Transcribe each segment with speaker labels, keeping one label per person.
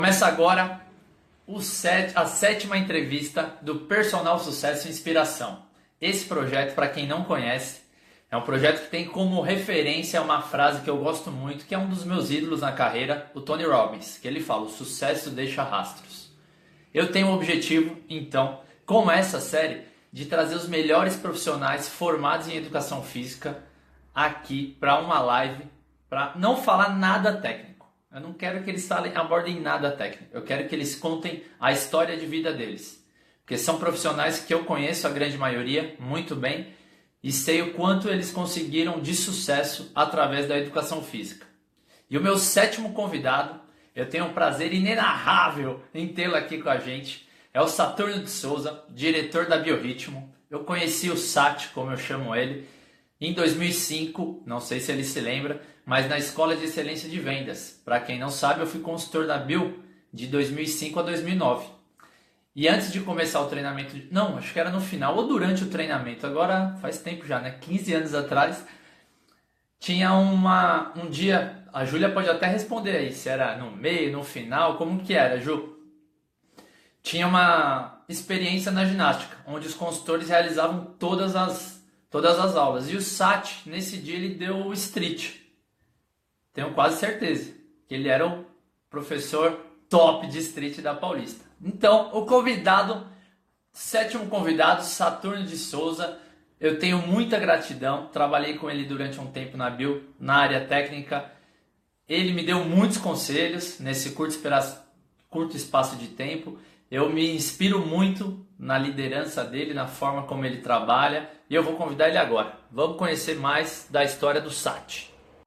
Speaker 1: Começa agora a sétima entrevista do Personal Sucesso e Inspiração. Esse projeto, para quem não conhece, é um projeto que tem como referência uma frase que eu gosto muito, que é um dos meus ídolos na carreira, o Tony Robbins, que ele fala: o sucesso deixa rastros. Eu tenho o objetivo, então, com essa série, de trazer os melhores profissionais formados em educação física aqui para uma live, para não falar nada técnico. Eu não quero que eles abordem nada técnico. Eu quero que eles contem a história de vida deles. Porque são profissionais que eu conheço, a grande maioria, muito bem, e sei o quanto eles conseguiram de sucesso através da educação física. E o meu sétimo convidado, eu tenho um prazer inenarrável em tê-lo aqui com a gente, é o Saturno de Souza, diretor da Biorritmo. Eu conheci o Sat, como eu chamo ele, em 2005, não sei se ele se lembra, mas na Escola de Excelência de Vendas. Para quem não sabe, eu fui consultor da Bio de 2005 a 2009. E antes de começar o treinamento, não, acho que era no final ou durante o treinamento, agora faz tempo já, né? 15 anos atrás, tinha um dia, a Júlia pode até responder aí, se era no meio, no final, como que era, Ju? Tinha uma experiência na ginástica, onde os consultores realizavam todas as aulas. E o Sat, nesse dia, ele deu o street. Tenho quase certeza que ele era o professor top de street da Paulista. Então, o convidado, sétimo convidado, Saturno de Souza, eu tenho muita gratidão. Trabalhei com ele durante um tempo na Bio, na área técnica. Ele me deu muitos conselhos nesse curto espaço de tempo. Eu me inspiro muito na liderança dele, na forma como ele trabalha, e eu vou convidar ele agora. Vamos conhecer mais da história do Sat.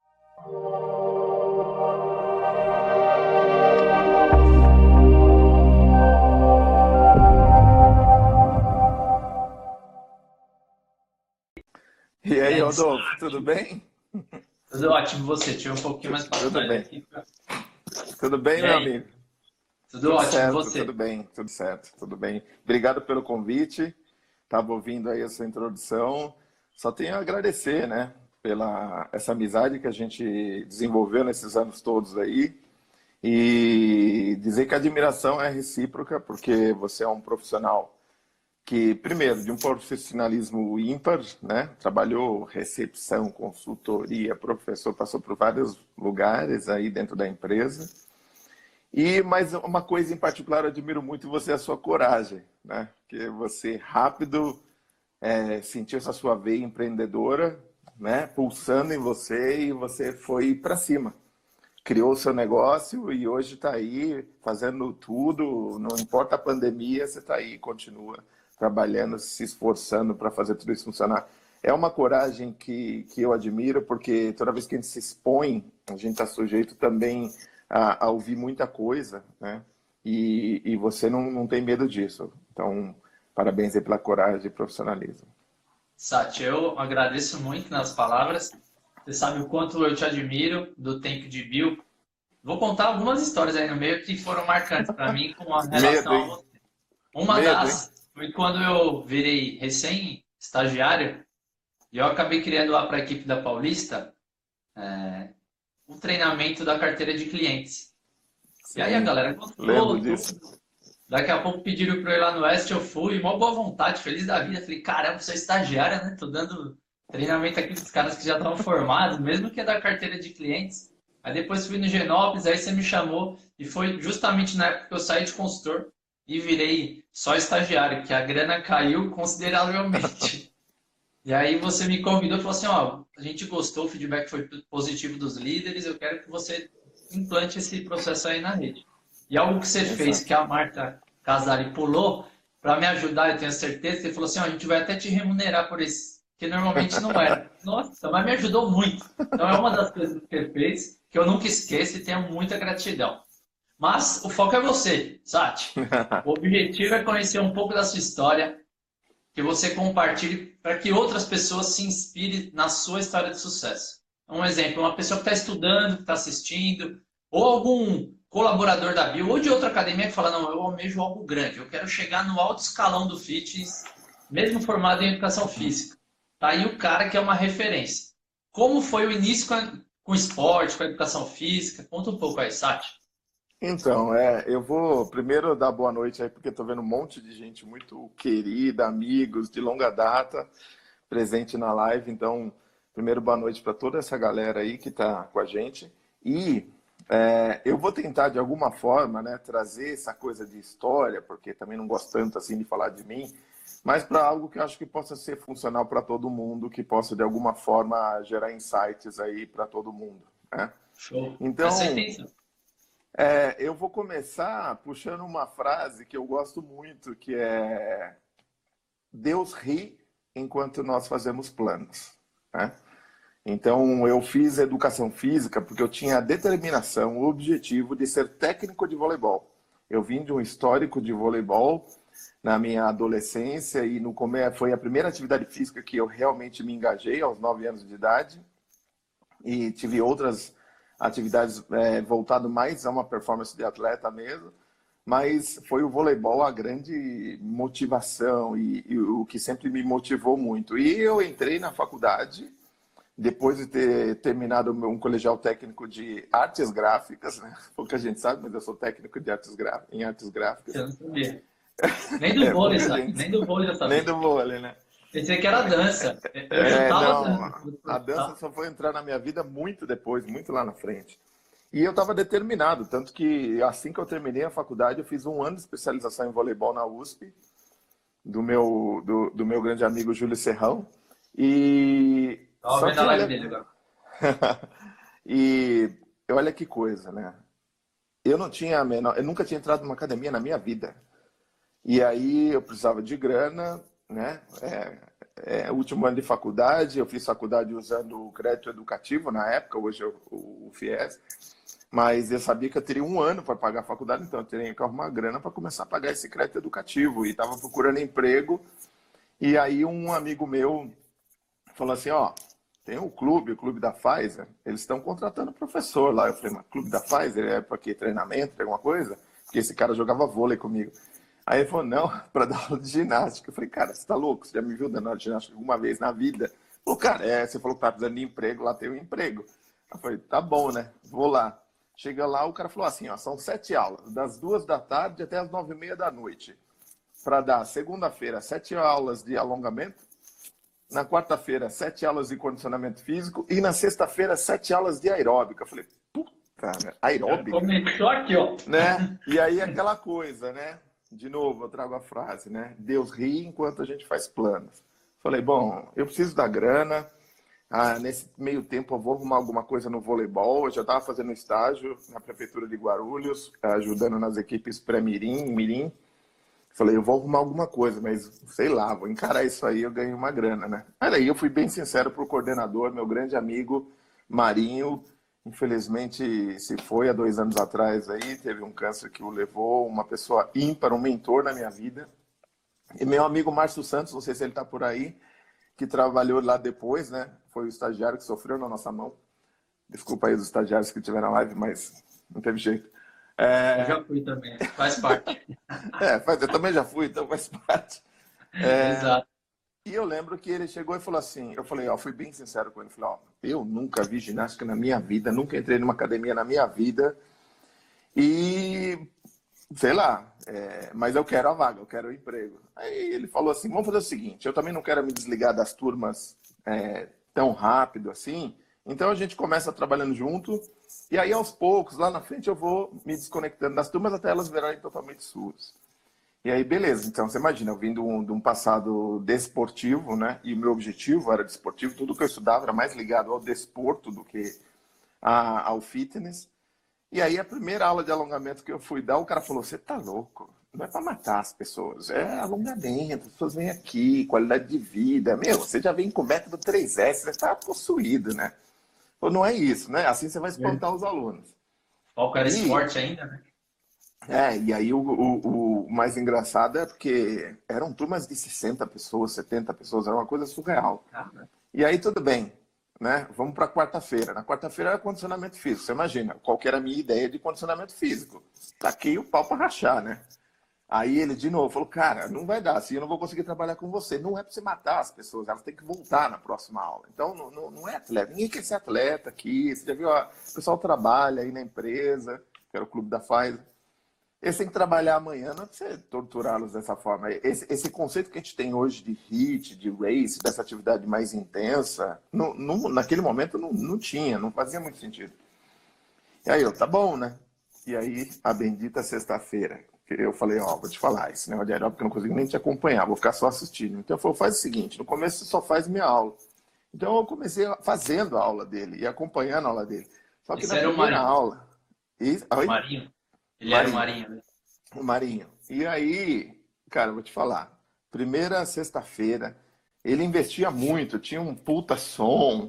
Speaker 2: E aí, Rodolfo, tudo bem?
Speaker 1: Tudo ótimo, você? Tive um pouquinho mais para
Speaker 2: Tudo bem.
Speaker 1: Aqui.
Speaker 2: Tudo bem, meu amigo?
Speaker 1: Tudo ótimo,
Speaker 2: certo,
Speaker 1: você?
Speaker 2: Tudo bem, tudo certo, tudo bem. Obrigado pelo convite. Estava ouvindo aí a sua introdução. Só tenho a agradecer, né, pela essa amizade que a gente desenvolveu nesses anos todos aí. E dizer que a admiração é recíproca, porque você é um profissional que, primeiro, de um profissionalismo ímpar, né? Trabalhou recepção, consultoria, professor, passou por vários lugares aí dentro da empresa. Mas uma coisa em particular eu admiro muito em você, é a sua coragem, né? Que você rápido sentiu essa sua veia empreendedora, né? Pulsando em você, e você foi para cima. Criou o seu negócio e hoje está aí fazendo tudo, não importa a pandemia, você está aí, continua trabalhando, se esforçando para fazer tudo isso funcionar. É uma coragem que eu admiro, porque toda vez que a gente se expõe, a gente está sujeito também a ouvir muita coisa, né? E você não tem medo disso. Então, parabéns aí pela coragem e profissionalismo.
Speaker 1: Sat, eu agradeço muito nas palavras. Você sabe o quanto eu te admiro do tempo de Bio. Vou contar algumas histórias aí no meio que foram marcantes para mim com a relação a você. Uma das foi quando eu virei recém-estagiário e eu acabei criando lá para a equipe da Paulista um treinamento da carteira de clientes.
Speaker 2: Sim,
Speaker 1: e aí a galera gostou.
Speaker 2: lembro disso.
Speaker 1: Daqui a pouco pediram para eu ir lá no Oeste, eu fui, mó boa vontade, feliz da vida. Falei, caramba, sou estagiária, né? Tô dando treinamento aqui dos caras que já estavam formados, mesmo que é da carteira de clientes. Aí depois fui no Genópolis, aí você me chamou, e foi justamente na época que eu saí de consultor e virei só estagiário, que a grana caiu consideravelmente. E aí você me convidou e falou assim, ó, a gente gostou, o feedback foi positivo dos líderes, eu quero que você implante esse processo aí na rede. E algo que você fez, que a Marta Casari pulou, para me ajudar, eu tenho certeza, você falou assim, ó, a gente vai até te remunerar por isso, que normalmente não era. Nossa, mas me ajudou muito. Então é uma das coisas que você fez, que eu nunca esqueço e tenho muita gratidão. Mas o foco é você, Sati. O objetivo é conhecer um pouco da sua história, que você compartilhe para que outras pessoas se inspirem na sua história de sucesso. Um exemplo, uma pessoa que está estudando, que está assistindo, ou algum colaborador da Bio, ou de outra academia que fala, não, eu almejo algo grande, eu quero chegar no alto escalão do fitness, mesmo formado em educação física. Tá aí o cara que é uma referência. Como foi o início com o esporte, com a educação física? Conta um pouco aí, Sati.
Speaker 2: Então, eu vou primeiro dar boa noite aí, porque estou vendo um monte de gente muito querida, amigos de longa data, presente na live. Então, primeiro boa noite para toda essa galera aí que está com a gente. E eu vou tentar, de alguma forma, né, trazer essa coisa de história, porque também não gosto tanto assim de falar de mim, mas para algo que eu acho que possa ser funcional para todo mundo, que possa, de alguma forma, gerar insights aí para todo mundo, né?
Speaker 1: Show. Essa é a
Speaker 2: Então,
Speaker 1: intenção.
Speaker 2: eu vou começar puxando uma frase que eu gosto muito, que é Deus ri enquanto nós fazemos planos, né? Então, eu fiz educação física porque eu tinha a determinação, o objetivo de ser técnico de voleibol. Eu vim de um histórico de voleibol na minha adolescência e no começo foi a primeira atividade física que eu realmente me engajei aos 9 anos de idade e tive outras atividades voltado mais a uma performance de atleta mesmo, mas foi o voleibol a grande motivação e o que sempre me motivou muito. E eu entrei na faculdade depois de ter terminado um colegial técnico de artes gráficas, né? Pouca gente sabe, mas eu sou técnico de em artes gráficas.
Speaker 1: Eu não sabia. Nem do vôlei,
Speaker 2: Pouca
Speaker 1: sabe?
Speaker 2: gente,
Speaker 1: Nem do vôlei eu
Speaker 2: nem
Speaker 1: sabia.
Speaker 2: do vôlei, né?
Speaker 1: Pensei que era dança. Eu chutava
Speaker 2: Não,
Speaker 1: dança.
Speaker 2: a dança só foi entrar na minha vida muito depois, muito lá na frente. E eu estava determinado, tanto que assim que eu terminei a faculdade, eu fiz um ano de especialização em voleibol na USP, do meu grande amigo Júlio Serrão. E
Speaker 1: Tava
Speaker 2: só
Speaker 1: vendo a
Speaker 2: que
Speaker 1: live
Speaker 2: olha,
Speaker 1: dele agora.
Speaker 2: e olha que coisa, né? Eu não tinha a menor, eu nunca tinha entrado numa academia na minha vida. E aí eu precisava de grana, né? Último ano de faculdade, eu fiz faculdade usando o crédito educativo na época, hoje o FIES, mas eu sabia que eu teria um ano para pagar a faculdade, então eu teria que arrumar grana para começar a pagar esse crédito educativo. E estava procurando emprego, e aí um amigo meu falou assim, ó, tem o clube da Pfizer, eles estão contratando professor lá. Eu falei, mas clube da Pfizer é para quê? Treinamento, alguma coisa? Porque esse cara jogava vôlei comigo. Aí ele falou, não, para dar aula de ginástica. Eu falei, cara, você tá louco? Você já me viu dando aula de ginástica alguma vez na vida? Ele falou, cara, você falou que tá precisando de emprego, lá tem um emprego. Eu falei, tá bom, né? Vou lá. Chega lá, o cara falou assim, ó, são 7 aulas, das 2 da tarde até as 9h30 da noite. Para dar segunda-feira 7 aulas de alongamento, na quarta-feira 7 aulas de condicionamento físico e na sexta-feira 7 aulas de aeróbica. Eu falei, puta,
Speaker 1: Já
Speaker 2: aeróbica?
Speaker 1: começou aqui, ó.
Speaker 2: Né? E aí aquela coisa, né? De novo, eu trago a frase, né? Deus ri enquanto a gente faz planos. Falei, bom, eu preciso da grana. Nesse meio tempo eu vou arrumar alguma coisa no voleibol. Eu já estava fazendo estágio na prefeitura de Guarulhos, ajudando nas equipes pré-mirim, mirim. Falei, eu vou arrumar alguma coisa, mas sei lá, vou encarar isso aí, eu ganho uma grana, né? Aí eu fui bem sincero pro coordenador, meu grande amigo Marinho, infelizmente se foi há 2 anos atrás aí, teve um câncer que o levou, uma pessoa ímpar, um mentor na minha vida. E meu amigo Márcio Santos, não sei se ele tá por aí, que trabalhou lá depois, né? Foi o estagiário que sofreu na nossa mão. Desculpa aí os estagiários que tiveram na live, mas não teve jeito.
Speaker 1: Eu já fui também. Faz parte.
Speaker 2: Eu também já fui, então faz parte.
Speaker 1: Exato.
Speaker 2: E eu lembro que ele chegou e falou assim, eu falei, ó, fui bem sincero com ele, falei, ó, eu nunca vi ginástica na minha vida, nunca entrei numa academia na minha vida e, sei lá, mas eu quero a vaga, eu quero o emprego. Aí ele falou assim, vamos fazer o seguinte, eu também não quero me desligar das turmas tão rápido assim, então a gente começa trabalhando junto e aí aos poucos, lá na frente eu vou me desconectando das turmas até elas virarem totalmente suas. E aí, beleza. Então, você imagina, eu vim de um passado desportivo, né? E o meu objetivo era desportivo. Tudo que eu estudava era mais ligado ao desporto do que ao fitness. E aí, a primeira aula de alongamento que eu fui dar, o cara falou, você tá louco? Não é para matar as pessoas, é alongamento. As pessoas vêm aqui, qualidade de vida. Meu, você já vem com o método 3S, você tá possuído, né? Falou, não é isso, né? Assim você vai espantar os alunos.
Speaker 1: Foco era
Speaker 2: E
Speaker 1: esporte ainda, né?
Speaker 2: E aí o mais engraçado é porque eram turmas de 60 pessoas, 70 pessoas, era uma coisa surreal.
Speaker 1: Cara,
Speaker 2: E aí tudo bem, né? Vamos para quarta-feira. Na quarta-feira era condicionamento físico. Você imagina, qual que era a minha ideia de condicionamento físico? Taquei o pau para rachar, né? Aí ele de novo falou, cara, não vai dar, assim eu não vou conseguir trabalhar com você. Não é para você matar as pessoas, elas têm que voltar na próxima aula. Então não é atleta, ninguém quer ser atleta aqui. Você já viu, ó, o pessoal trabalha aí na empresa. que era o clube da Pfizer. Eles têm que trabalhar amanhã, não é para você torturá-los dessa forma. Esse conceito que a gente tem hoje de HIIT, de race, dessa atividade mais intensa, naquele momento não tinha, não fazia muito sentido. E aí tá bom, né? E aí, a bendita sexta-feira, eu falei, ó, vou te falar, esse negócio de aeróbica eu não consigo nem te acompanhar, vou ficar só assistindo. Então eu falei, faz o seguinte, no começo você só faz minha aula. Então eu comecei fazendo a aula dele e acompanhando a aula dele. Só que
Speaker 1: Esse
Speaker 2: na
Speaker 1: era o
Speaker 2: primeira
Speaker 1: Marinho.
Speaker 2: aula... Oi?
Speaker 1: Marinho. Ele era o
Speaker 2: Marinho.
Speaker 1: Marinho, né?
Speaker 2: O Marinho. E aí, cara, eu vou te falar. Primeira sexta-feira, ele investia muito, tinha um puta som,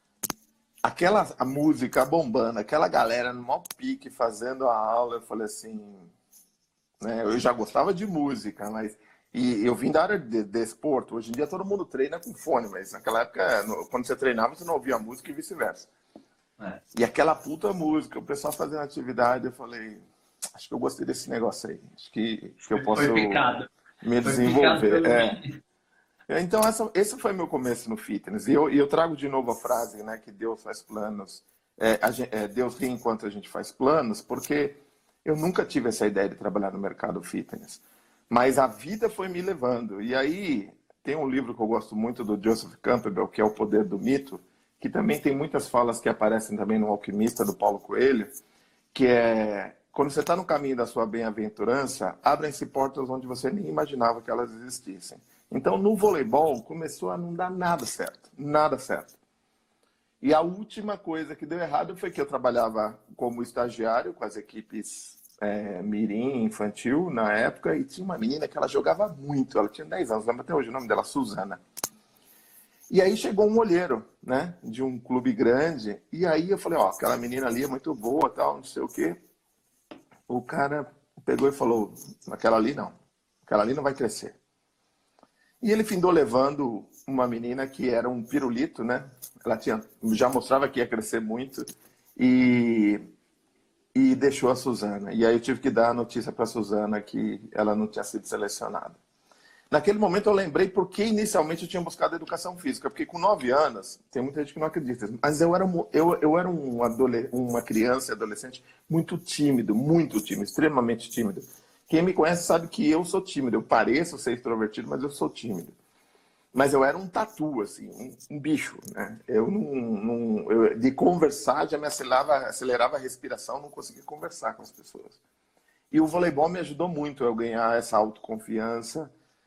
Speaker 2: a música bombando, aquela galera no maior pique fazendo a aula. Eu falei assim, né? Eu já gostava de música, mas e eu vim da área de desporto. Hoje em dia todo mundo treina com fone, mas naquela época, quando você treinava, você não ouvia música e vice-versa.
Speaker 1: É.
Speaker 2: E aquela puta música, o pessoal fazendo atividade, eu falei, acho que eu gostei desse negócio aí. Acho que eu posso
Speaker 1: Foi picado.
Speaker 2: me
Speaker 1: Foi picado
Speaker 2: desenvolver.
Speaker 1: pelo vídeo.
Speaker 2: Então, esse foi meu começo no fitness. E eu trago de novo a frase, né, que Deus faz planos. Deus ri enquanto a gente faz planos, porque eu nunca tive essa ideia de trabalhar no mercado fitness. Mas a vida foi me levando. E aí, tem um livro que eu gosto muito do Joseph Campbell, que é O Poder do Mito, que também tem muitas falas que aparecem também no Alquimista, do Paulo Coelho, que é, quando você está no caminho da sua bem-aventurança, abrem-se portas onde você nem imaginava que elas existissem. Então, no voleibol, começou a não dar nada certo. Nada certo. E a última coisa que deu errado foi que eu trabalhava como estagiário com as equipes mirim, infantil, na época, e tinha uma menina que ela jogava muito. Ela tinha 10 anos, lembro até hoje o nome dela, Suzana. E aí chegou um olheiro, né, de um clube grande, e aí eu falei, ó, aquela menina ali é muito boa, tal, não sei o quê. O cara pegou e falou, aquela ali não vai crescer. E ele findou levando uma menina que era um pirulito, né? Ela já mostrava que ia crescer muito e deixou a Suzana. E aí eu tive que dar a notícia para a Suzana que ela não tinha sido selecionada. Naquele momento eu lembrei porque inicialmente eu tinha buscado educação física, porque com 9 anos, tem muita gente que não acredita, mas eu era uma criança e adolescente muito tímido, extremamente tímido. Quem me conhece sabe que eu sou tímido, eu pareço ser extrovertido, mas eu sou tímido. Mas eu era um tatu, assim, um bicho, né? De conversar já me acelerava a respiração, não conseguia conversar com as pessoas. E o voleibol me ajudou muito a ganhar essa autoconfiança,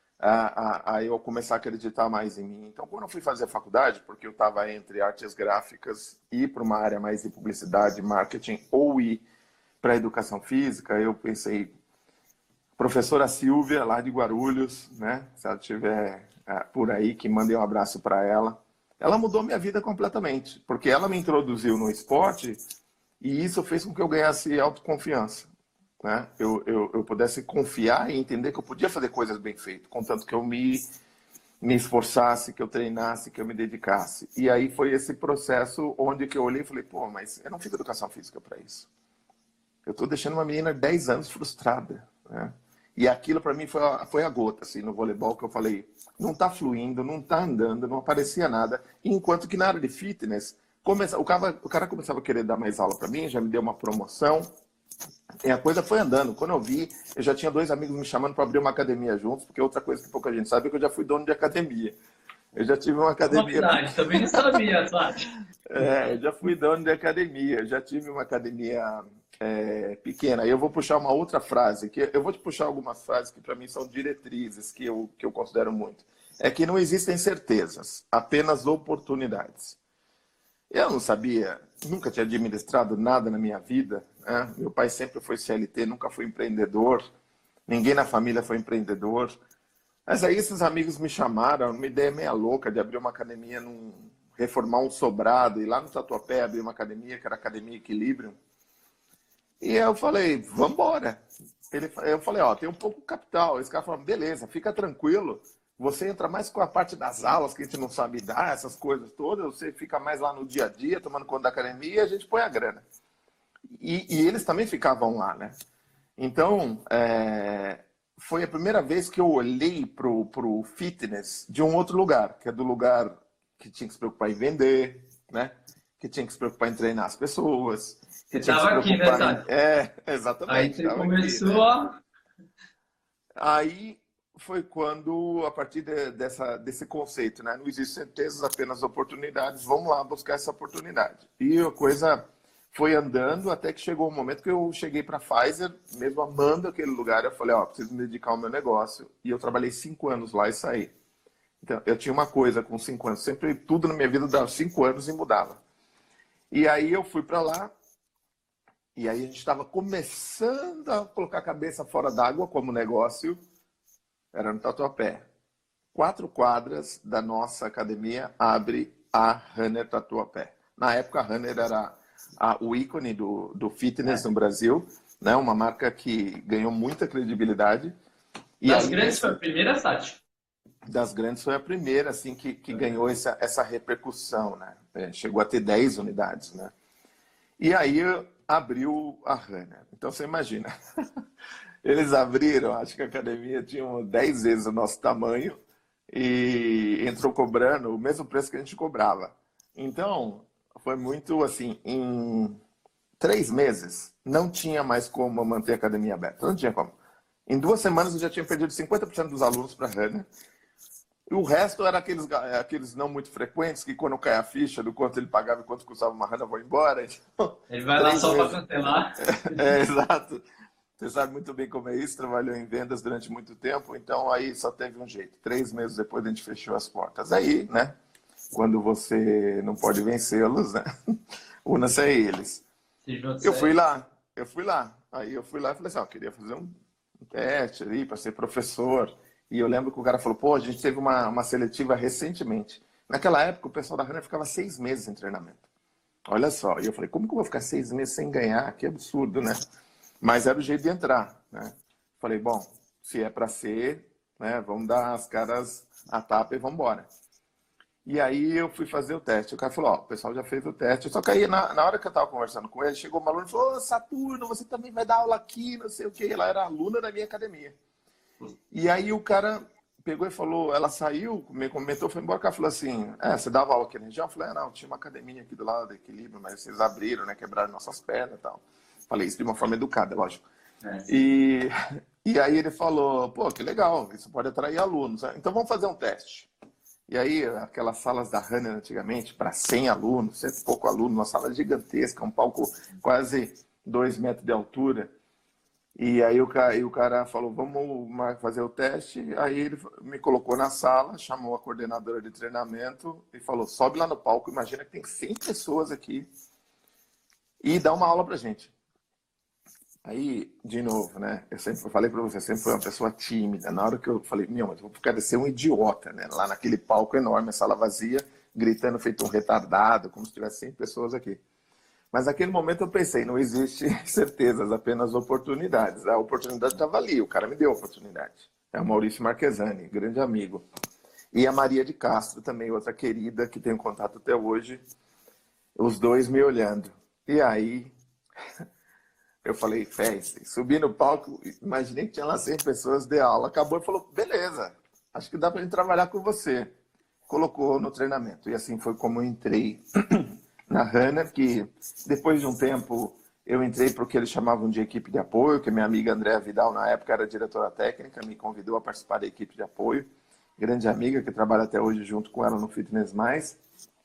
Speaker 2: a eu começar a acreditar mais em mim. Então, quando eu fui fazer a faculdade, porque eu estava entre artes gráficas e ir para uma área mais de publicidade, marketing, ou ir para a educação física, eu pensei, professora Silvia, lá de Guarulhos, né? Se ela estiver por aí, que mandei um abraço para ela. Ela mudou minha vida completamente, porque ela me introduziu no esporte e isso fez com que eu ganhasse autoconfiança. Né? Eu pudesse confiar e entender que eu podia fazer coisas bem feitas, contanto que eu me esforçasse, que eu treinasse, que eu me dedicasse. E aí foi esse processo onde que eu olhei e falei, pô, mas eu não fiz educação física para isso. Eu estou deixando uma menina de 10 anos frustrada. Né? E aquilo para mim foi a gota, assim, no voleibol, que eu falei, não está fluindo, não está andando, não aparecia nada. Enquanto que na área de fitness, o cara começava a querer dar mais aula para mim, já me deu uma promoção, e a coisa foi andando. Quando eu vi, eu já tinha 2 amigos me chamando para abrir uma academia juntos, porque outra coisa que pouca gente sabe é que eu já fui dono de academia. Eu já tive uma academia...
Speaker 1: Novidade, também não sabia, sabe?
Speaker 2: Eu já fui dono de academia, eu já tive uma academia pequena. E eu vou puxar uma outra frase, que eu vou te puxar algumas frases que para mim são diretrizes, que eu considero muito. É que não existem certezas, apenas oportunidades. Eu não sabia, nunca tinha administrado nada na minha vida. Né? Meu pai sempre foi CLT, nunca foi empreendedor. Ninguém na família foi empreendedor. Mas aí esses amigos me chamaram, uma ideia meia louca de abrir uma academia, reformar um sobrado, e lá no Tatuapé abrir uma academia, que era a Academia Equilíbrio. E eu falei, vamos embora. Eu falei, ó, tem um pouco de capital. Esse cara falou, beleza, fica tranquilo. Você entra mais com a parte das aulas, que a gente não sabe dar, essas coisas todas. Você fica mais lá no dia a dia, tomando conta da academia, e a gente põe a grana. E eles também ficavam lá, né? Então, foi a primeira vez que eu olhei pro fitness de um outro lugar, que é do lugar que tinha que se preocupar em vender, né? que tinha que se preocupar em treinar as pessoas, que
Speaker 1: Você
Speaker 2: tinha que se
Speaker 1: tava aqui, né,
Speaker 2: preocupar em...
Speaker 1: Tati? Aí
Speaker 2: Exatamente,
Speaker 1: você
Speaker 2: estava aqui,
Speaker 1: começou
Speaker 2: né?
Speaker 1: a...
Speaker 2: Aí foi quando, a partir desse conceito, né? Não existe certezas, apenas oportunidades. Vamos lá buscar essa oportunidade. E a coisa foi andando até que chegou um momento que eu cheguei para a Pfizer, mesmo amando aquele lugar. Eu falei, ó, preciso me dedicar ao meu negócio. E eu trabalhei 5 anos lá e saí. Então, eu tinha uma coisa com 5 anos. Sempre tudo na minha vida dava 5 anos e mudava. E aí eu fui para lá. E aí a gente estava começando a colocar a cabeça fora d'água como negócio. Era no Tatuapé. 4 quadras da nossa academia abre a Runner Tatuapé. Na época, a Runner era o ícone do fitness no Brasil, né? Uma marca que ganhou muita credibilidade. E
Speaker 1: Das
Speaker 2: aí,
Speaker 1: grandes foi a primeira, Tati?
Speaker 2: das grandes, foi a primeira assim, que ganhou essa repercussão, né? Chegou a ter 10 unidades, né? E aí abriu a Runner. Então, você imagina. Eles abriram, acho que a academia tinha 10 vezes o nosso tamanho e entrou cobrando o mesmo preço que a gente cobrava. Então, foi muito assim, em 3 meses, não tinha mais como manter a academia aberta. Não tinha como. Em 2 semanas, eu já tinha perdido 50% dos alunos para a Runner. E o resto era aqueles não muito frequentes, que quando cai a ficha do quanto ele pagava e quanto custava uma Runner, vão embora. Então,
Speaker 1: Ele vai lá
Speaker 2: três
Speaker 1: só para
Speaker 2: meses.
Speaker 1: cancelar.
Speaker 2: Exato. Você sabe muito bem como é isso, trabalhou em vendas durante muito tempo, então aí só teve um jeito. 3 meses depois a gente fechou as portas. Aí, né, quando você não pode vencê-los, né, una-se a eles.
Speaker 1: Se junta
Speaker 2: Eu fui
Speaker 1: sério.
Speaker 2: lá, eu fui lá. Aí eu fui lá e falei assim, ó, queria fazer um teste ali para ser professor. E eu lembro que o cara falou, pô, a gente teve uma seletiva recentemente. Naquela época, o pessoal da Runner ficava 6 meses em treinamento. Olha só. E eu falei, como que eu vou ficar 6 meses sem ganhar? Que absurdo, né? Mas era o jeito de entrar, né? Falei, bom, se é para ser, né, vamos dar as caras a tapa e vamos embora. E aí eu fui fazer o teste. O cara falou, ó, o pessoal já fez o teste. Só que aí, na hora que eu tava conversando com ele, chegou uma aluna e falou, ô, Saturno, você também vai dar aula aqui, não sei o quê. Ela era aluna da minha academia. E aí o cara pegou e falou, ela saiu, me comentou, foi embora, o cara falou assim, você dava aula aqui na região? Eu falei, não, tinha uma academia aqui do lado do Equilíbrio, mas vocês abriram, né, quebraram nossas pernas e tal. Falei isso de uma forma educada, lógico.
Speaker 1: Sim.
Speaker 2: E, e aí ele falou, pô, que legal, isso pode atrair alunos. Então vamos fazer um teste. E aí, aquelas salas da Runner antigamente, para 100 alunos, 100 e pouco alunos, uma sala gigantesca, um palco quase 2 metros de altura. E aí o cara falou, vamos fazer o teste. Aí ele me colocou na sala, chamou a coordenadora de treinamento e falou, sobe lá no palco, imagina que tem 100 pessoas aqui e dá uma aula pra gente. Aí, de novo, né? Eu falei para você, sempre foi uma pessoa tímida. Na hora que eu falei, meu, mas eu vou parecer um idiota, né? Lá naquele palco enorme, a sala vazia, gritando feito um retardado, como se tivesse 100 pessoas aqui. Mas naquele momento eu pensei, não existe certezas, apenas oportunidades. A oportunidade estava ali, o cara me deu a oportunidade. É o Maurício Marquesani, grande amigo. E a Maria de Castro, também outra querida, que tenho contato até hoje. Os dois me olhando. E aí... Eu falei, fez. Subi no palco, imaginei que tinha lá 100 pessoas de aula. Acabou e falou, beleza, acho que dá pra gente trabalhar com você. Colocou no treinamento. E assim foi como eu entrei na Runner, que depois de um tempo eu entrei para o que eles chamavam de equipe de apoio, que minha amiga Andréa Vidal, na época, era diretora técnica, me convidou a participar da equipe de apoio. Grande amiga, que trabalha até hoje junto com ela no Fitness Mais.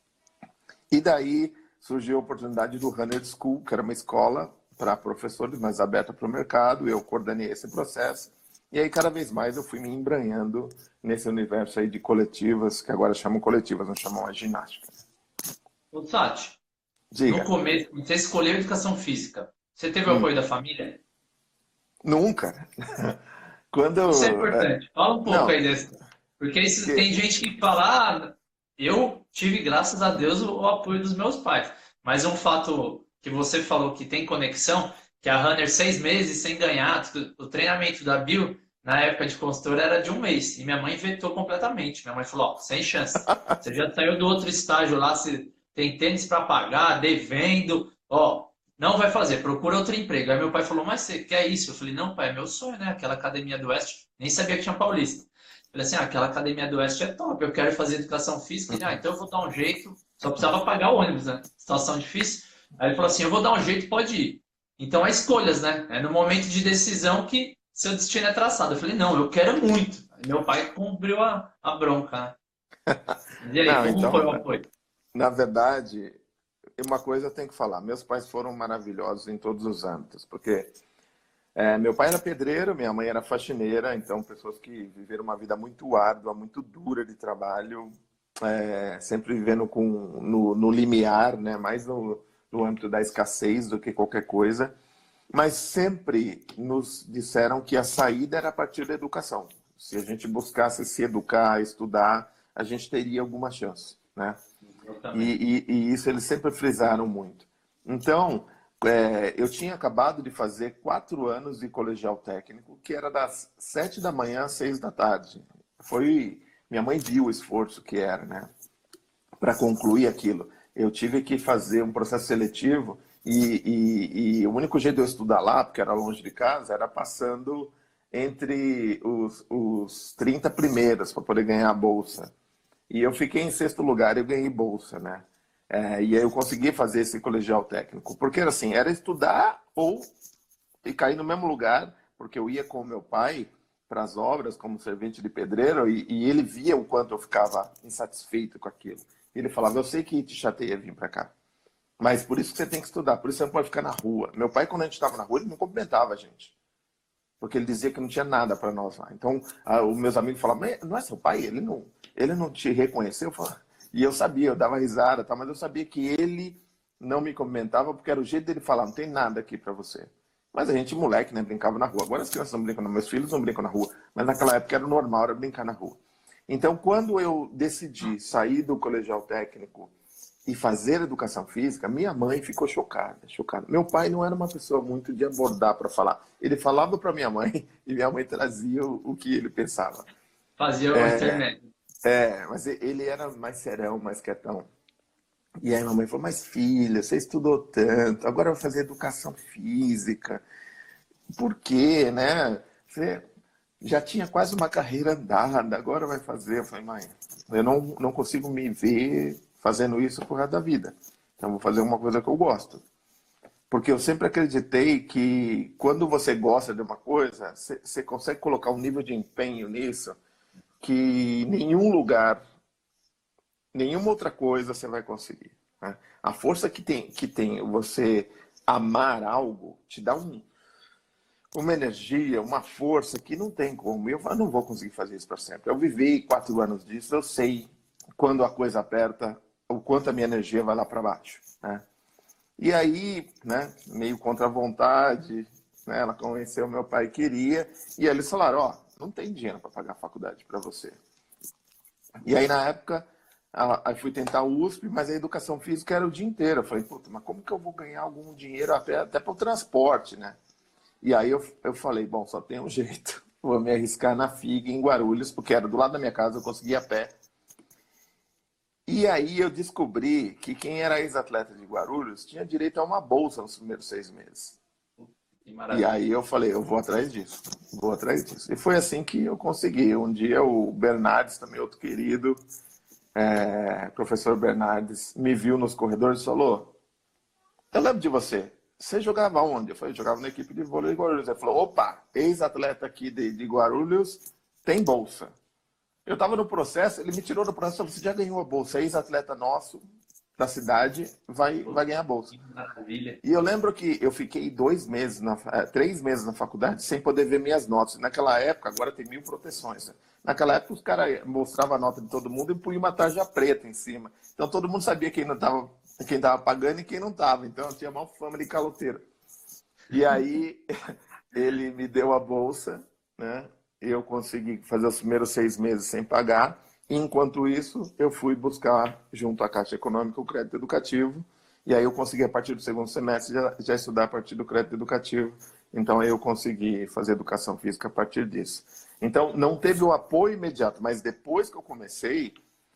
Speaker 2: E daí surgiu a oportunidade do Runner School, que era uma escola para professores, mas aberta para o mercado. Eu coordenei esse processo. E aí, cada vez mais, eu fui me embranhando nesse universo aí de coletivas, que agora chamam coletivas, não chamam a ginástica.
Speaker 1: Ô, Sati, no
Speaker 2: Diga.
Speaker 1: começo, você escolheu educação física. Você teve o apoio da família?
Speaker 2: Nunca. Quando...
Speaker 1: Isso é importante. Fala um pouco aí
Speaker 2: Não,
Speaker 1: desse. Porque isso,
Speaker 2: que...
Speaker 1: tem gente que fala, eu tive, graças a Deus, o apoio dos meus pais. Mas um fato que você falou que tem conexão, que a Runner 6 meses sem ganhar, o treinamento da Bill, na época de consultora, era de um mês. E minha mãe vetou completamente. Minha mãe falou, ó, sem chance. Você já saiu do outro estágio lá, você tem tênis para pagar, devendo, ó, não vai fazer, procura outro emprego. Aí meu pai falou, mas você quer isso? Eu falei, não, pai, é meu sonho, né? Aquela academia do Oeste, nem sabia que tinha Paulista. Eu falei assim, aquela academia do Oeste é top, eu quero fazer educação física. Ele, então eu vou dar um jeito, Só precisava pagar o ônibus, né? Situação difícil. Aí ele falou assim, eu vou dar um jeito, pode ir. Então é escolhas, né? É no momento de decisão que seu destino é traçado. Eu falei, não, eu quero muito. Aí meu pai cumpriu a bronca, né? E aí,
Speaker 2: Não,
Speaker 1: como
Speaker 2: então,
Speaker 1: foi o apoio?
Speaker 2: na verdade, uma coisa eu tenho que falar. Meus pais foram maravilhosos em todos os âmbitos, porque meu pai era pedreiro, minha mãe era faxineira, então pessoas que viveram uma vida muito árdua, muito dura de trabalho, sempre vivendo no limiar, né? Mais no âmbito da escassez do que qualquer coisa, mas sempre nos disseram que a saída era a partir da educação. Se a gente buscasse se educar, estudar, a gente teria alguma chance, né?
Speaker 1: Exatamente.
Speaker 2: E isso eles sempre frisaram muito. Então, eu tinha acabado de fazer 4 anos de colegial técnico, que era das 7 da manhã às 6 da tarde. Minha mãe viu o esforço que era, né? Para concluir aquilo. Eu tive que fazer um processo seletivo e o único jeito de eu estudar lá, porque era longe de casa, era passando entre os 30 primeiros para poder ganhar a bolsa. E eu fiquei em sexto lugar e eu ganhei bolsa, né? E aí eu consegui fazer esse colegial técnico. Porque assim, era estudar ou e cair no mesmo lugar, porque eu ia com o meu pai para as obras como servente de pedreiro e ele via o quanto eu ficava insatisfeito com aquilo. Ele falava, eu sei que te chateia vir para cá, mas por isso que você tem que estudar, por isso você não pode ficar na rua. Meu pai, quando a gente estava na rua, ele não cumprimentava a gente, porque ele dizia que não tinha nada para nós lá. Então, os meus amigos falavam, mas não é seu pai? Ele não te reconheceu? E eu sabia, eu dava risada, tá? Mas eu sabia que ele não me cumprimentava porque era o jeito dele falar, não tem nada aqui para você. Mas a gente, moleque, né, brincava na rua. Agora as crianças não brincam, meus filhos não brincam na rua. Mas naquela época era normal, era brincar na rua. Então, quando eu decidi sair do colegial técnico e fazer educação física, minha mãe ficou chocada, chocada. Meu pai não era uma pessoa muito de abordar para falar. Ele falava para minha mãe e minha mãe trazia o que ele pensava.
Speaker 1: Fazia o intermédio.
Speaker 2: Mas ele era mais serão, mais quietão. E aí minha mãe falou, mas filha, você estudou tanto, agora vai fazer educação física. Por quê, né? Você já tinha quase uma carreira andada, agora vai fazer. Eu falei, mãe, eu não consigo me ver fazendo isso por resto da vida. Então vou fazer uma coisa que eu gosto. Porque eu sempre acreditei que quando você gosta de uma coisa, você consegue colocar um nível de empenho nisso que nenhum lugar, nenhuma outra coisa você vai conseguir. Né? A força que tem você amar algo te dá uma energia, uma força que não tem como. Eu não vou conseguir fazer isso para sempre. Eu vivi 4 anos disso, eu sei quando a coisa aperta, o quanto a minha energia vai lá para baixo. Né? E aí, né, meio contra a vontade, né, ela convenceu meu pai que queria, e aí eles falaram, ó, não tem dinheiro para pagar a faculdade para você. E aí, na época, aí fui tentar o USP, mas a educação física era o dia inteiro. Eu falei, puta, mas como que eu vou ganhar algum dinheiro até para o transporte, né? E aí eu falei, bom, só tem um jeito. Vou me arriscar na FIG em Guarulhos, porque era do lado da minha casa, eu conseguia a pé. E aí eu descobri que quem era ex-atleta de Guarulhos tinha direito a uma bolsa nos primeiros 6 meses.
Speaker 1: Que
Speaker 2: E
Speaker 1: maravilha.
Speaker 2: aí eu falei, eu vou atrás disso, vou atrás disso. E foi assim que eu consegui. Um dia o Bernardes, também outro querido, professor Bernardes, me viu nos corredores e falou, eu lembro de você. Você jogava onde? Eu falei, eu jogava na equipe de vôlei de Guarulhos. Ele falou, opa, ex-atleta aqui de Guarulhos tem bolsa. Eu estava no processo, ele me tirou do processo e falou, você já ganhou a bolsa, ex-atleta nosso da cidade vai ganhar a bolsa.
Speaker 1: Que maravilha.
Speaker 2: E eu lembro que eu fiquei 3 meses na faculdade sem poder ver minhas notas. Naquela época, agora tem 1000 proteções. Né? Naquela época, os caras mostravam a nota de todo mundo e punham uma tarja preta em cima. Então, todo mundo sabia quem tava pagando e quem não estava. Então, eu tinha maior fama de caloteiro. E aí, ele me deu a bolsa, né? Eu consegui fazer os primeiros 6 meses sem pagar. Enquanto isso, eu fui buscar, junto à Caixa Econômica, o crédito educativo. E aí eu consegui, a partir do segundo semestre, já estudar a partir do crédito educativo. Então, aí eu consegui fazer educação física a partir disso. Então, não teve o apoio imediato, mas depois que eu comecei,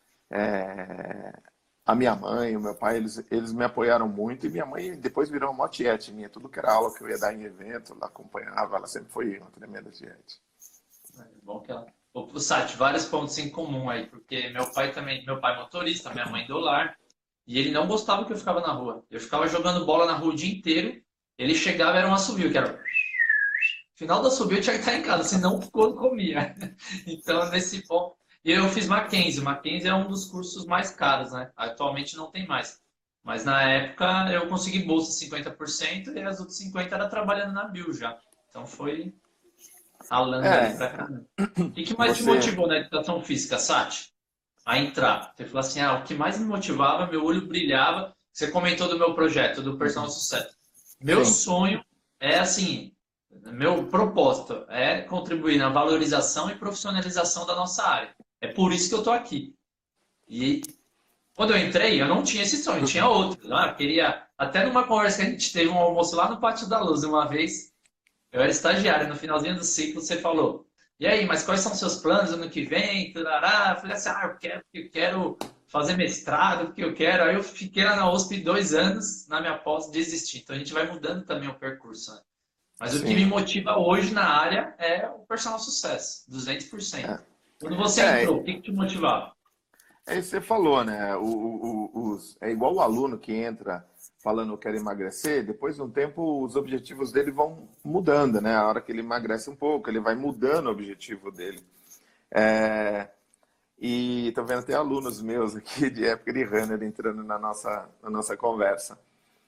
Speaker 2: a minha mãe, o meu pai, eles me apoiaram muito. E minha mãe depois virou uma tiete minha. Tudo que era aula que eu ia dar em evento, ela acompanhava, ela sempre foi uma tremenda tiete.
Speaker 1: É bom que ela... Ô, Sati, vários pontos em comum aí, porque meu pai também, meu pai é motorista, minha mãe do lar. E ele não gostava que eu ficava na rua. Eu ficava jogando bola na rua o dia inteiro. Ele chegava, era um assovio, que era... Final do assobio eu tinha que estar em casa, senão o corpo comia. Então, nesse ponto... E eu fiz Mackenzie. Mackenzie é um dos cursos mais caros, né? Atualmente não tem mais. Mas na época eu consegui bolsa 50% e as outras 50% era trabalhando na Bill já. Então foi ralando ali
Speaker 2: É,
Speaker 1: pra caramba. O que mais te
Speaker 2: você.
Speaker 1: motivou na educação física, Sati? A entrar? Você falou assim, o que mais me motivava, meu olho brilhava. Você comentou do meu projeto, do Personal Sucesso. Meu
Speaker 2: Sim.
Speaker 1: sonho é assim, meu propósito é contribuir na valorização e profissionalização da nossa área. É por isso que eu estou aqui. E quando eu entrei, eu não tinha esse sonho, tinha outro. Eu queria, até numa conversa que a gente teve um almoço lá no Pátio da Luz uma vez, eu era estagiário, no finalzinho do ciclo, você falou, e aí, mas quais são os seus planos ano que vem? Tarará. Eu falei assim, eu quero fazer mestrado, porque eu quero. Aí eu fiquei lá na USP 2 anos, na minha pós, desisti. Então a gente vai mudando também o percurso, né? Mas o que me
Speaker 2: Sim.
Speaker 1: motiva hoje na área é o personal sucesso, 200%. Quando você
Speaker 2: É,
Speaker 1: entrou, o que te motivava?
Speaker 2: é isso que você falou, né? É igual o aluno que entra falando que quer emagrecer, depois de um tempo os objetivos dele vão mudando, né? A hora que ele emagrece um pouco, ele vai mudando o objetivo dele. É, e tô vendo até alunos meus aqui de época de runner entrando na nossa conversa.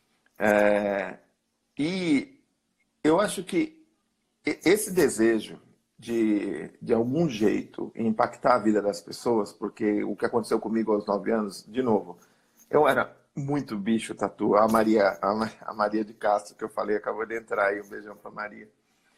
Speaker 2: E eu acho que esse desejo de algum jeito impactar a vida das pessoas, porque o que aconteceu comigo aos 9 anos, de novo, eu era muito bicho tatu. A Maria de Castro, que eu falei, acabou de entrar aí, um beijão pra Maria.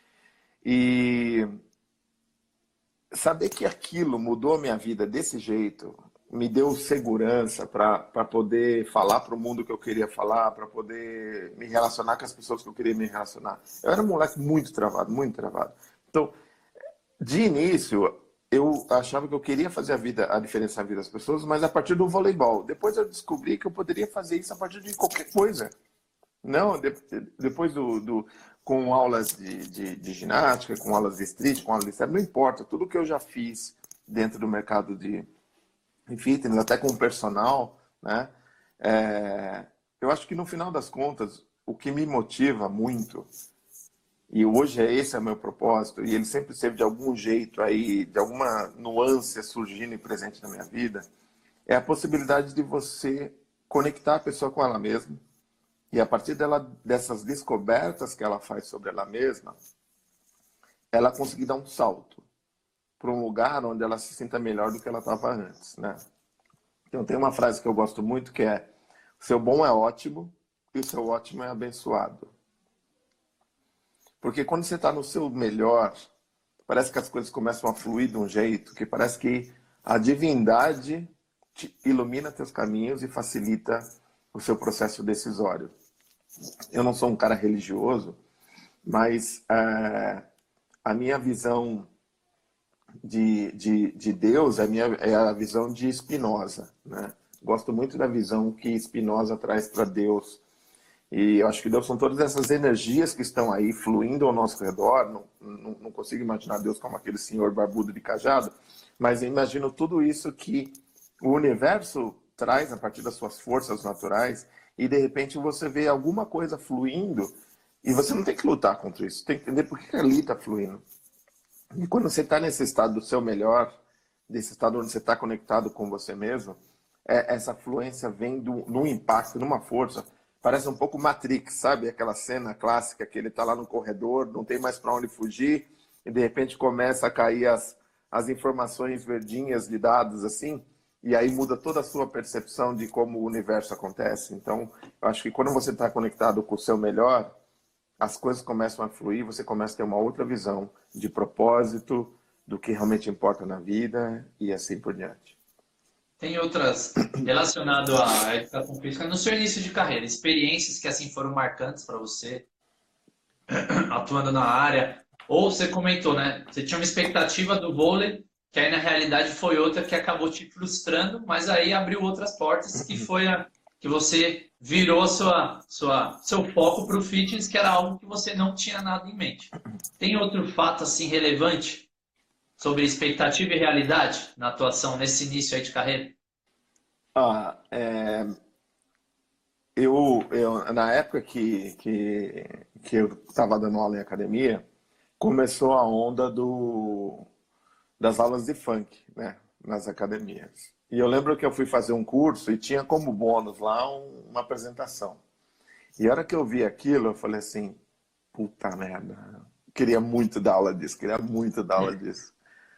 Speaker 2: E saber que aquilo mudou a minha vida desse jeito me deu segurança para poder falar para o mundo que eu queria falar, para poder me relacionar com as pessoas que eu queria me relacionar. Eu era um moleque muito travado, muito travado. Então, de início, eu achava que eu queria fazer a diferença na vida das pessoas, mas a partir do voleibol. Depois eu descobri que eu poderia fazer isso a partir de qualquer coisa. Não, depois com aulas de ginástica, com aulas de street, com aulas de step, não importa. Tudo que eu já fiz dentro do mercado de fitness, até com o personal, né? Eu acho que no final das contas, o que me motiva muito, e hoje esse é o meu propósito, e ele sempre esteve de algum jeito aí, de alguma nuance surgindo e presente na minha vida, é a possibilidade de você conectar a pessoa com ela mesma, e a partir dessas descobertas que ela faz sobre ela mesma, ela conseguir dar um salto para um lugar onde ela se sinta melhor do que ela estava antes, né? Então tem uma frase que eu gosto muito que é: o seu bom é ótimo e o seu ótimo é abençoado. Porque quando você está no seu melhor, parece que as coisas começam a fluir de um jeito que parece que a divindade te ilumina teus caminhos e facilita o seu processo decisório. Eu não sou um cara religioso, mas a minha visão de Deus é a visão de Spinoza, né? Gosto muito da visão que Spinoza traz para Deus. E eu acho que Deus são todas essas energias que estão aí fluindo ao nosso redor. Não consigo imaginar Deus como aquele senhor barbudo de cajado, mas eu imagino tudo isso que o universo traz a partir das suas forças naturais, e de repente você vê alguma coisa fluindo e você não tem que lutar contra isso, tem que entender por que ali está fluindo. E quando você está nesse estado do seu melhor, desse estado onde você está conectado com você mesmo, essa fluência vem num impacto, numa força. Parece um pouco Matrix, sabe? Aquela cena clássica que ele está lá no corredor, não tem mais para onde fugir, e de repente começa a cair as informações verdinhas de dados assim, e aí muda toda a sua percepção de como o universo acontece. Então, eu acho que quando você está conectado com o seu melhor, as coisas começam a fluir, você começa a ter uma outra visão de propósito, do que realmente importa na vida e assim por diante.
Speaker 1: Tem outras relacionado à educação física no seu início de carreira, experiências que assim foram marcantes para você, atuando na área, ou você comentou, né? Você tinha uma expectativa do vôlei, que aí na realidade foi outra que acabou te frustrando, mas aí abriu outras portas, que foi a que você virou seu foco para o fitness, que era algo que você não tinha nada em mente. Tem outro fato assim relevante sobre expectativa e realidade na atuação nesse início aí de carreira?
Speaker 2: Ah, Na época que eu estava dando aula em academia, começou a onda das aulas de funk, né, nas academias. E eu lembro que eu fui fazer um curso e tinha como bônus lá uma apresentação. E a hora que eu vi aquilo, eu falei assim, puta merda, queria muito dar aula disso, queria muito dar aula disso.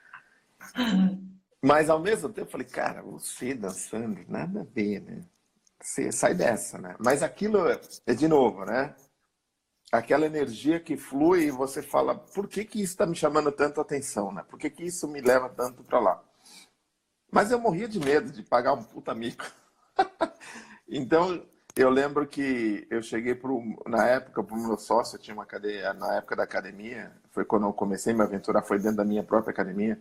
Speaker 2: Mas ao mesmo tempo eu falei, cara, você dançando, nada a ver, né? Você sai dessa, né? Mas aquilo é de novo, né? Aquela energia que flui e você fala, por que que isso está me chamando tanto atenção, né? Por que que isso me leva tanto para lá? Mas eu morria de medo de pagar um puta mico. Então, eu lembro que eu cheguei na época para o meu sócio, eu tinha uma cadeia, na época da academia, foi quando eu comecei minha aventura, foi dentro da minha própria academia.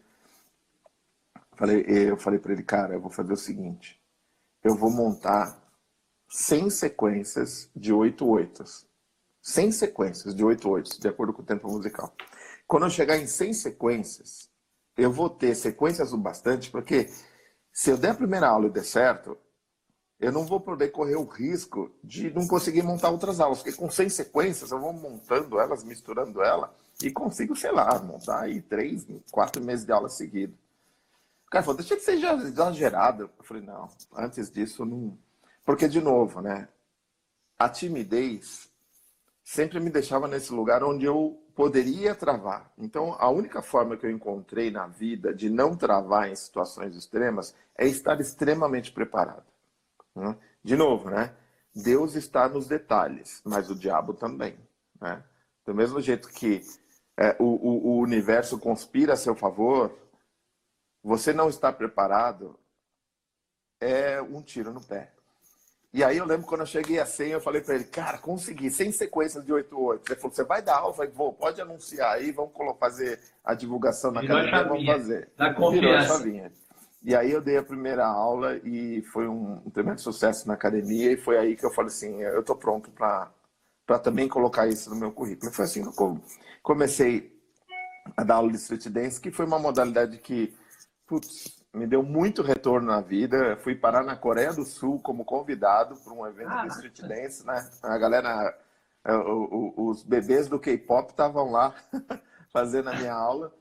Speaker 2: Eu falei para ele, cara, eu vou fazer o seguinte, eu vou montar 100 sequências de 8 oitos. 100 sequências de 8 oitos, de acordo com o tempo musical. Quando eu chegar em 100 sequências, eu vou ter sequências o bastante, porque se eu der a primeira aula e der certo, eu não vou poder correr o risco de não conseguir montar outras aulas, porque com 100 sequências eu vou montando elas, misturando ela, e consigo, sei lá, montar aí 3, 4 meses de aula seguida. O cara falou, deixa de ser exagerado. Eu falei, não, antes disso, não. Porque, de novo, né? A timidez sempre me deixava nesse lugar onde eu poderia travar. Então, a única forma que eu encontrei na vida de não travar em situações extremas é estar extremamente preparado. Né? De novo, né? Deus está nos detalhes, mas o diabo também. Né? Do mesmo jeito que o universo conspira a seu favor, você não está preparado, é um tiro no pé. E aí eu lembro quando eu cheguei a 100, eu falei para ele, cara, consegui, 100 sequências de 8-8. Ele falou, você vai dar aula? Eu falei, vou, pode anunciar aí, vamos fazer a divulgação na
Speaker 1: Virou a
Speaker 2: academia, vamos
Speaker 1: chavinha
Speaker 2: fazer.
Speaker 1: da
Speaker 2: Virou a
Speaker 1: confiança.
Speaker 2: chavinha. E aí eu dei a primeira aula e foi um tremendo sucesso na academia e foi aí que eu falei assim, eu tô pronto para também colocar isso no meu currículo. E foi assim que eu comecei a dar aula de street dance, que foi uma modalidade que, putz, me deu muito retorno na vida. Fui parar na Coreia do Sul como convidado para um evento de street
Speaker 1: Caraca.
Speaker 2: dance, né? A galera, os bebês do K-pop estavam lá fazendo a minha aula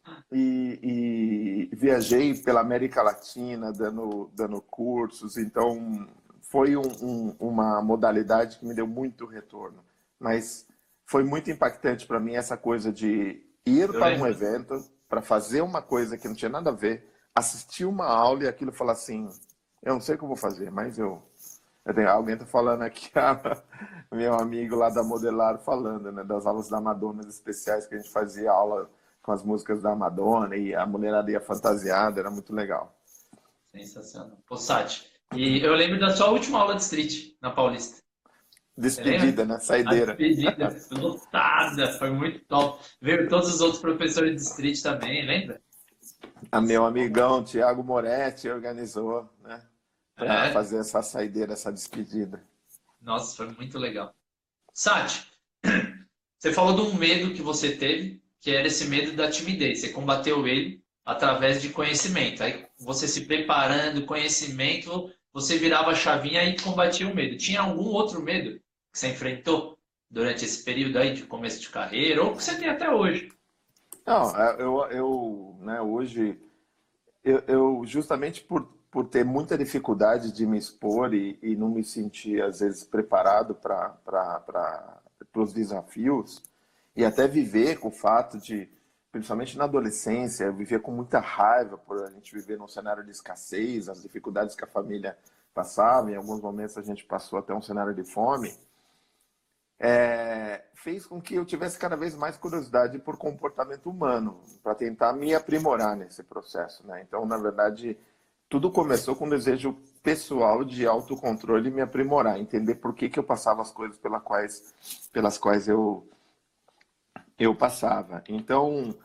Speaker 2: e viajei pela América Latina dando cursos. Então, foi uma modalidade que me deu muito retorno. Mas foi muito impactante para mim essa coisa de ir
Speaker 1: Eu
Speaker 2: para um
Speaker 1: lembro.
Speaker 2: evento, para fazer uma coisa que não tinha nada a ver, assistir uma aula e aquilo falar assim, eu não sei o que eu vou fazer, mas alguém está falando aqui, meu amigo lá da Modelar falando, né, das aulas da Madonna especiais que a gente fazia aula com as músicas da Madonna e a mulherada ia fantasiada, era muito legal.
Speaker 1: Sensacional. Pô, Sati. E eu lembro da sua última aula de street na Paulista. Você lembra?
Speaker 2: Despedida, né?
Speaker 1: A
Speaker 2: Saideira.
Speaker 1: despedida foi lotada, foi muito top. Veio todos os outros professores de street também, lembra?
Speaker 2: A meu amigão Tiago Moretti organizou, né? Para
Speaker 1: É,
Speaker 2: fazer essa saideira, essa despedida.
Speaker 1: nossa, foi muito legal. Sati, você falou de um medo que você teve, que era esse medo da timidez. Você combateu ele através de conhecimento. Aí você se preparando, conhecimento, você virava a chavinha e combatia o medo. Tinha algum outro medo que você enfrentou durante esse período aí de começo de carreira, ou que você tem até hoje?
Speaker 2: Não, né, hoje, eu justamente por ter muita dificuldade de me expor e não me sentir, às vezes, preparado para os desafios, e até viver com o fato de, principalmente na adolescência, eu vivia com muita raiva por a gente viver num cenário de escassez, as dificuldades que a família passava, em alguns momentos a gente passou até um cenário de fome, fez com que eu tivesse cada vez mais curiosidade por comportamento humano, para tentar me aprimorar nesse processo, né? Então, na verdade, tudo começou com um desejo pessoal de autocontrole e me aprimorar, entender por que eu passava as coisas pelas quais eu passava. Então,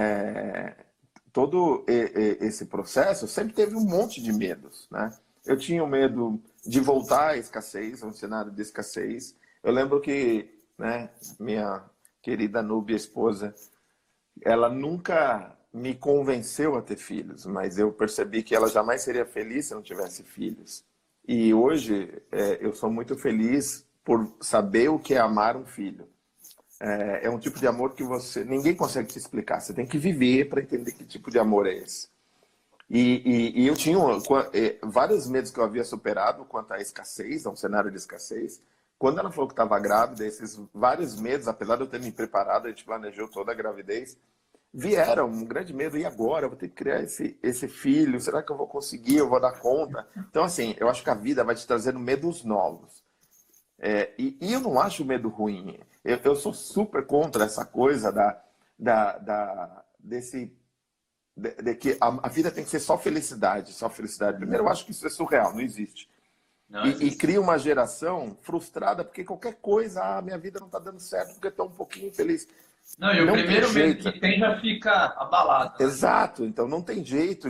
Speaker 2: todo esse processo sempre teve um monte de medos, né? Eu tinha o medo de voltar à escassez, a um cenário de escassez. Eu lembro que, né, minha querida Núbia, esposa, ela nunca me convenceu a ter filhos, mas eu percebi que ela jamais seria feliz se não tivesse filhos. E hoje eu sou muito feliz por saber o que é amar um filho. É um tipo de amor que ninguém consegue te explicar. Você tem que viver para entender que tipo de amor é esse. E eu tinha vários medos que eu havia superado quanto à escassez, a um cenário de escassez. Quando ela falou que estava grávida, esses vários medos, apesar de eu ter me preparado, a gente planejou toda a gravidez, vieram um grande medo. E agora? Eu vou ter que criar esse filho? Será que eu vou conseguir? Eu vou dar conta? Então, assim, eu acho que a vida vai te trazendo medos novos. E eu não acho o medo ruim. Eu sou super contra essa coisa de que a vida tem que ser só felicidade, só felicidade. Primeiro, eu acho que isso é surreal, não existe.
Speaker 1: Não
Speaker 2: E
Speaker 1: existe.
Speaker 2: cria uma geração frustrada porque qualquer coisa, minha vida não está dando certo porque estou um pouquinho infeliz.
Speaker 1: Não, e o
Speaker 2: Não tem
Speaker 1: primeiro medo
Speaker 2: jeito.
Speaker 1: que tem já fica abalado, né?
Speaker 2: Exato. Então não tem jeito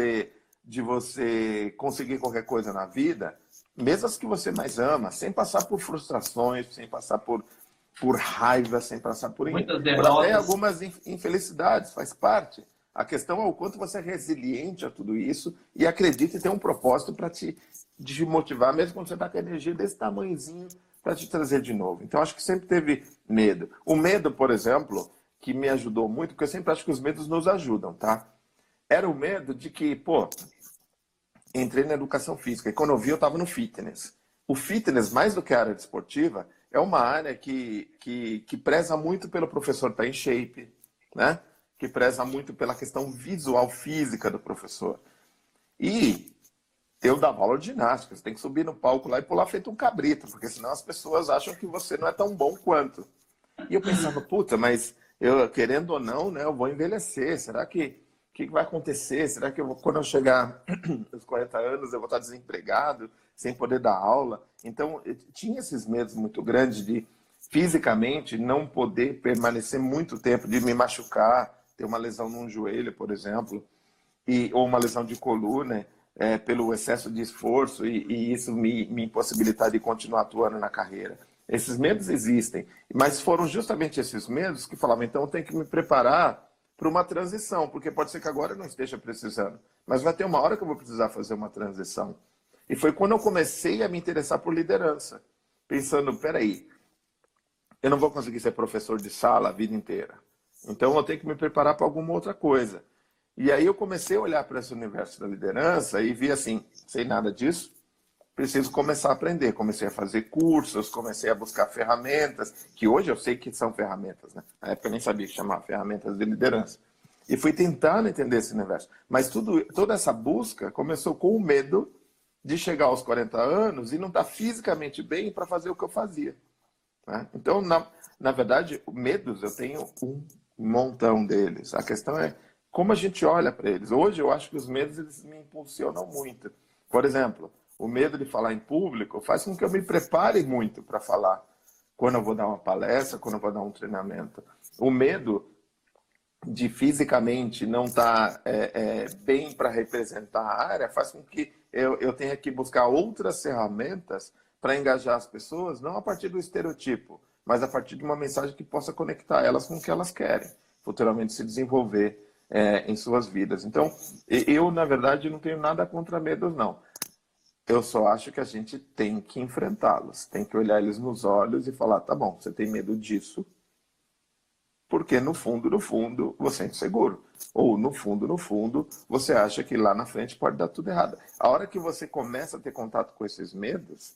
Speaker 2: de você conseguir qualquer coisa na vida, mesmo as que você mais ama, sem passar por frustrações, sem passar por raiva, sem passar
Speaker 1: Muitas
Speaker 2: por até
Speaker 1: derrotas.
Speaker 2: algumas infelicidades, faz parte. A questão é o quanto você é resiliente a tudo isso e acredita em ter um propósito para te motivar, mesmo quando você está com energia desse tamanhozinho, para te trazer de novo. Então, acho que sempre teve medo. O medo, por exemplo, que me ajudou muito, porque eu sempre acho que os medos nos ajudam, tá? Era o medo de que, pô, entrei na educação física e quando eu vi, eu estava no fitness. O fitness, mais do que a área desportiva, é uma área que preza muito pelo professor estar em shape, né? Que preza muito pela questão visual física do professor. E eu dava aula de ginástica, você tem que subir no palco lá e pular feito um cabrito, porque senão as pessoas acham que você não é tão bom quanto. E eu pensava, puta, mas eu, querendo ou não, né, eu vou envelhecer. Será que vai acontecer? Será que quando eu chegar aos 40 anos eu vou estar desempregado, sem poder dar aula? Então, eu tinha esses medos muito grandes de fisicamente não poder permanecer muito tempo, de me machucar, ter uma lesão num joelho, por exemplo, ou uma lesão de coluna, pelo excesso de esforço e isso me impossibilitar de continuar atuando na carreira. Esses medos existem, mas foram justamente esses medos que falavam, então eu tenho que me preparar para uma transição, porque pode ser que agora eu não esteja precisando, mas vai ter uma hora que eu vou precisar fazer uma transição. E foi quando eu comecei a me interessar por liderança, pensando, peraí, eu não vou conseguir ser professor de sala a vida inteira, então eu tenho que me preparar para alguma outra coisa. E aí eu comecei a olhar para esse universo da liderança e vi assim, sei nada disso, preciso começar a aprender. Comecei a fazer cursos, comecei a buscar ferramentas, que hoje eu sei que são ferramentas, né? Na época eu nem sabia que chamava ferramentas de liderança. E fui tentando entender esse universo. Mas toda essa busca começou com o medo de chegar aos 40 anos e não estar fisicamente bem para fazer o que eu fazia, né? Então, na verdade, medos, eu tenho um montão deles. A questão é como a gente olha para eles. Hoje, eu acho que os medos eles me impulsionam muito. Por exemplo, o medo de falar em público faz com que eu me prepare muito para falar quando eu vou dar uma palestra, quando eu vou dar um treinamento. O medo de fisicamente não estar bem para representar a área faz com que eu tenha que buscar outras ferramentas para engajar as pessoas, não a partir do estereotipo, mas a partir de uma mensagem que possa conectar elas com o que elas querem, futuramente se desenvolver em suas vidas. Então, eu, na verdade, não tenho nada contra medos, não. Eu só acho que a gente tem que enfrentá-los, tem que olhar eles nos olhos e falar, tá bom, você tem medo disso, porque no fundo, você é inseguro. Ou no fundo, você acha que lá na frente pode dar tudo errado. A hora que você começa a ter contato com esses medos,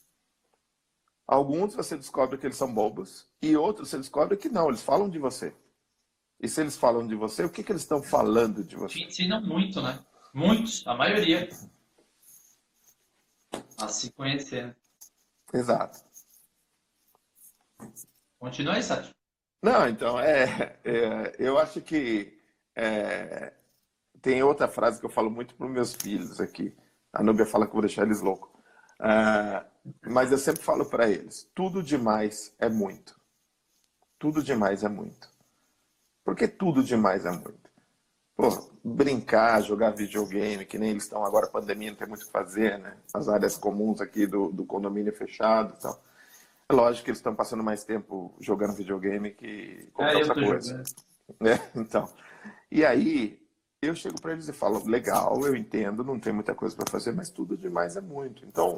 Speaker 2: alguns você descobre que eles são bobos e outros você descobre que não, eles falam de você. E se eles falam de você, o que eles estão falando de
Speaker 1: Te
Speaker 2: você?
Speaker 1: ensinam muito, né? Muitos, a maioria, a se conhecer.
Speaker 2: Exato.
Speaker 1: Continua aí, Sérgio.
Speaker 2: Não, então, eu acho que é, tem outra frase que eu falo muito para os meus filhos aqui. A Núbia fala que eu vou deixar eles loucos. Ah, mas eu sempre falo para eles, tudo demais é muito. Tudo demais é muito. Por que tudo demais é muito? Pô, brincar, jogar videogame, que nem eles estão agora, pandemia, não tem muito o que fazer, né? As áreas comuns aqui do condomínio fechado e tal. É lógico que eles estão passando mais tempo jogando videogame que qualquer
Speaker 1: Eu
Speaker 2: outra
Speaker 1: tô
Speaker 2: coisa,
Speaker 1: jogando.
Speaker 2: né? Então, e aí eu chego para eles e falo, legal, eu entendo, não tem muita coisa para fazer, mas tudo demais é muito. Então,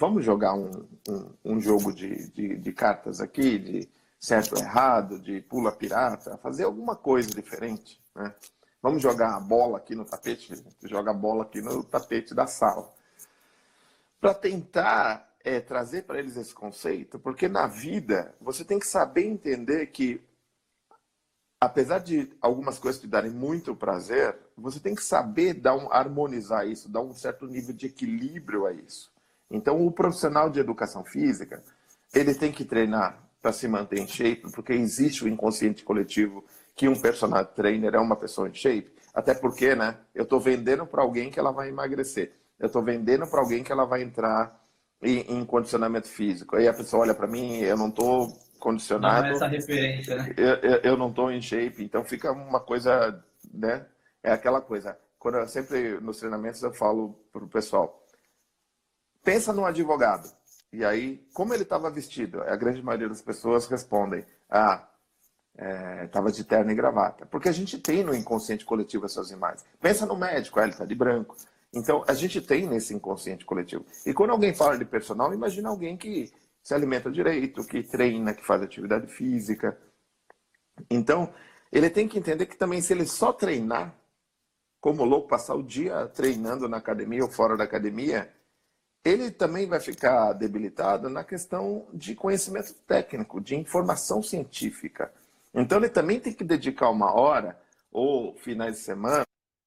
Speaker 2: vamos jogar um jogo de cartas aqui, de certo ou errado, de pula pirata, fazer alguma coisa diferente, né? Vamos jogar a bola aqui no tapete, joga a bola aqui no tapete da sala. Para tentar trazer para eles esse conceito, porque na vida você tem que saber entender que, apesar de algumas coisas te darem muito prazer, você tem que saber harmonizar isso, dar um certo nível de equilíbrio a isso. Então, o profissional de educação física, ele tem que treinar para se manter em shape, porque existe o inconsciente coletivo que um personal trainer é uma pessoa em shape, até porque, né, eu estou vendendo para alguém que ela vai emagrecer, eu estou vendendo para alguém que ela vai entrar em condicionamento físico. Aí a pessoa olha para mim, eu não estou
Speaker 1: Não é
Speaker 2: condicionado,
Speaker 1: essa referência, né?
Speaker 2: eu não estou em shape, então fica uma coisa, né? É aquela coisa. Quando eu sempre nos treinamentos eu falo para o pessoal, pensa num advogado. E aí, como ele estava vestido? A grande maioria das pessoas respondem, estava de terno e gravata. Porque a gente tem no inconsciente coletivo essas imagens. Pensa no médico, ele está de branco. Então, a gente tem nesse inconsciente coletivo. E quando alguém fala de personal, imagina alguém que se alimenta direito, que treina, que faz atividade física. Então, ele tem que entender que também se ele só treinar, como louco, passar o dia treinando na academia ou fora da academia, ele também vai ficar debilitado na questão de conhecimento técnico, de informação científica. Então, ele também tem que dedicar uma hora ou finais de semana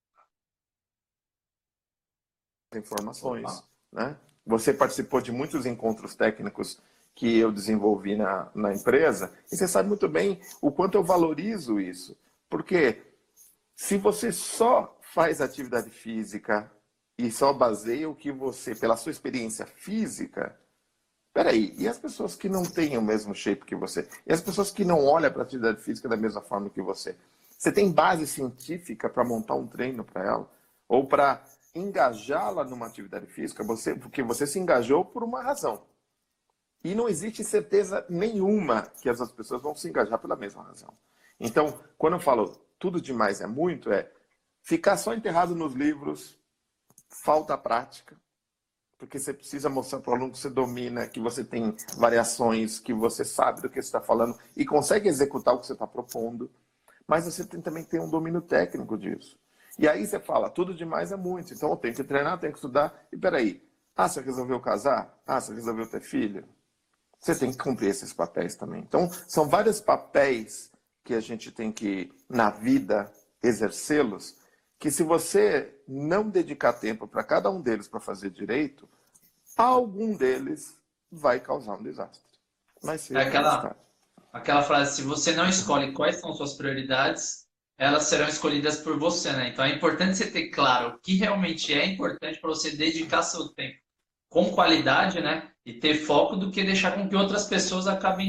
Speaker 2: a informações,
Speaker 1: Opa.
Speaker 2: né? Você participou de muitos encontros técnicos que eu desenvolvi na empresa e você sabe muito bem o quanto eu valorizo isso. Porque se você só faz atividade física e só baseia o que você, pela sua experiência física, peraí, e as pessoas que não têm o mesmo shape que você? E as pessoas que não olham para a atividade física da mesma forma que você? Você tem base científica para montar um treino para ela? Ou para engajá-la numa atividade física? Porque você se engajou por uma razão. E não existe certeza nenhuma que essas pessoas vão se engajar pela mesma razão. Então, quando eu falo tudo demais é muito, ficar só enterrado nos livros, falta prática, porque você precisa mostrar para o aluno que você domina, que você tem variações, que você sabe do que você está falando e consegue executar o que você está propondo, mas você tem também que ter um domínio técnico disso. E aí você fala, tudo demais é muito, então eu tenho que treinar, tenho que estudar, e peraí, você resolveu casar? Você resolveu ter filho? Você tem que cumprir esses papéis também. Então, são vários papéis que a gente tem que, na vida, exercê-los, que se você não dedicar tempo para cada um deles para fazer direito, algum deles vai causar um desastre. Mais
Speaker 1: É
Speaker 2: cedo ou mais tarde.
Speaker 1: aquela frase, se você não escolhe quais são suas prioridades, elas serão escolhidas por você, né? Então é importante você ter claro o que realmente é importante para você dedicar seu tempo com qualidade, né? E ter foco do que deixar com que outras pessoas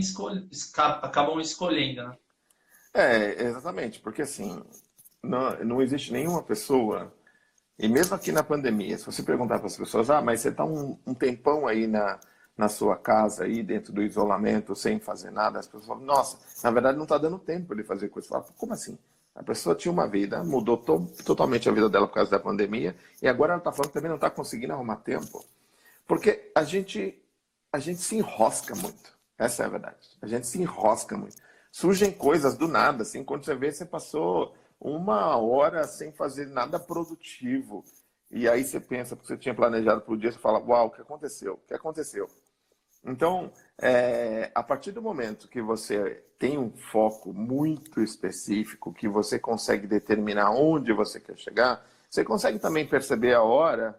Speaker 1: acabam escolhendo, né?
Speaker 2: Exatamente, porque assim, não existe nenhuma pessoa, e mesmo aqui na pandemia, se você perguntar para as pessoas, mas você está um tempão aí na sua casa, aí dentro do isolamento, sem fazer nada, as pessoas falam, nossa, na verdade não está dando tempo de fazer coisa. Fala, como assim? A pessoa tinha uma vida, mudou totalmente a vida dela por causa da pandemia, e agora ela está falando que também não está conseguindo arrumar tempo. Porque a gente se enrosca muito. Essa é a verdade. A gente se enrosca muito. Surgem coisas do nada, assim, quando você vê, você passou uma hora sem fazer nada produtivo. E aí você pensa, porque você tinha planejado para o dia, você fala, uau, o que aconteceu? O que aconteceu? Então, a partir do momento que você tem um foco muito específico, que você consegue determinar onde você quer chegar, você consegue também perceber a hora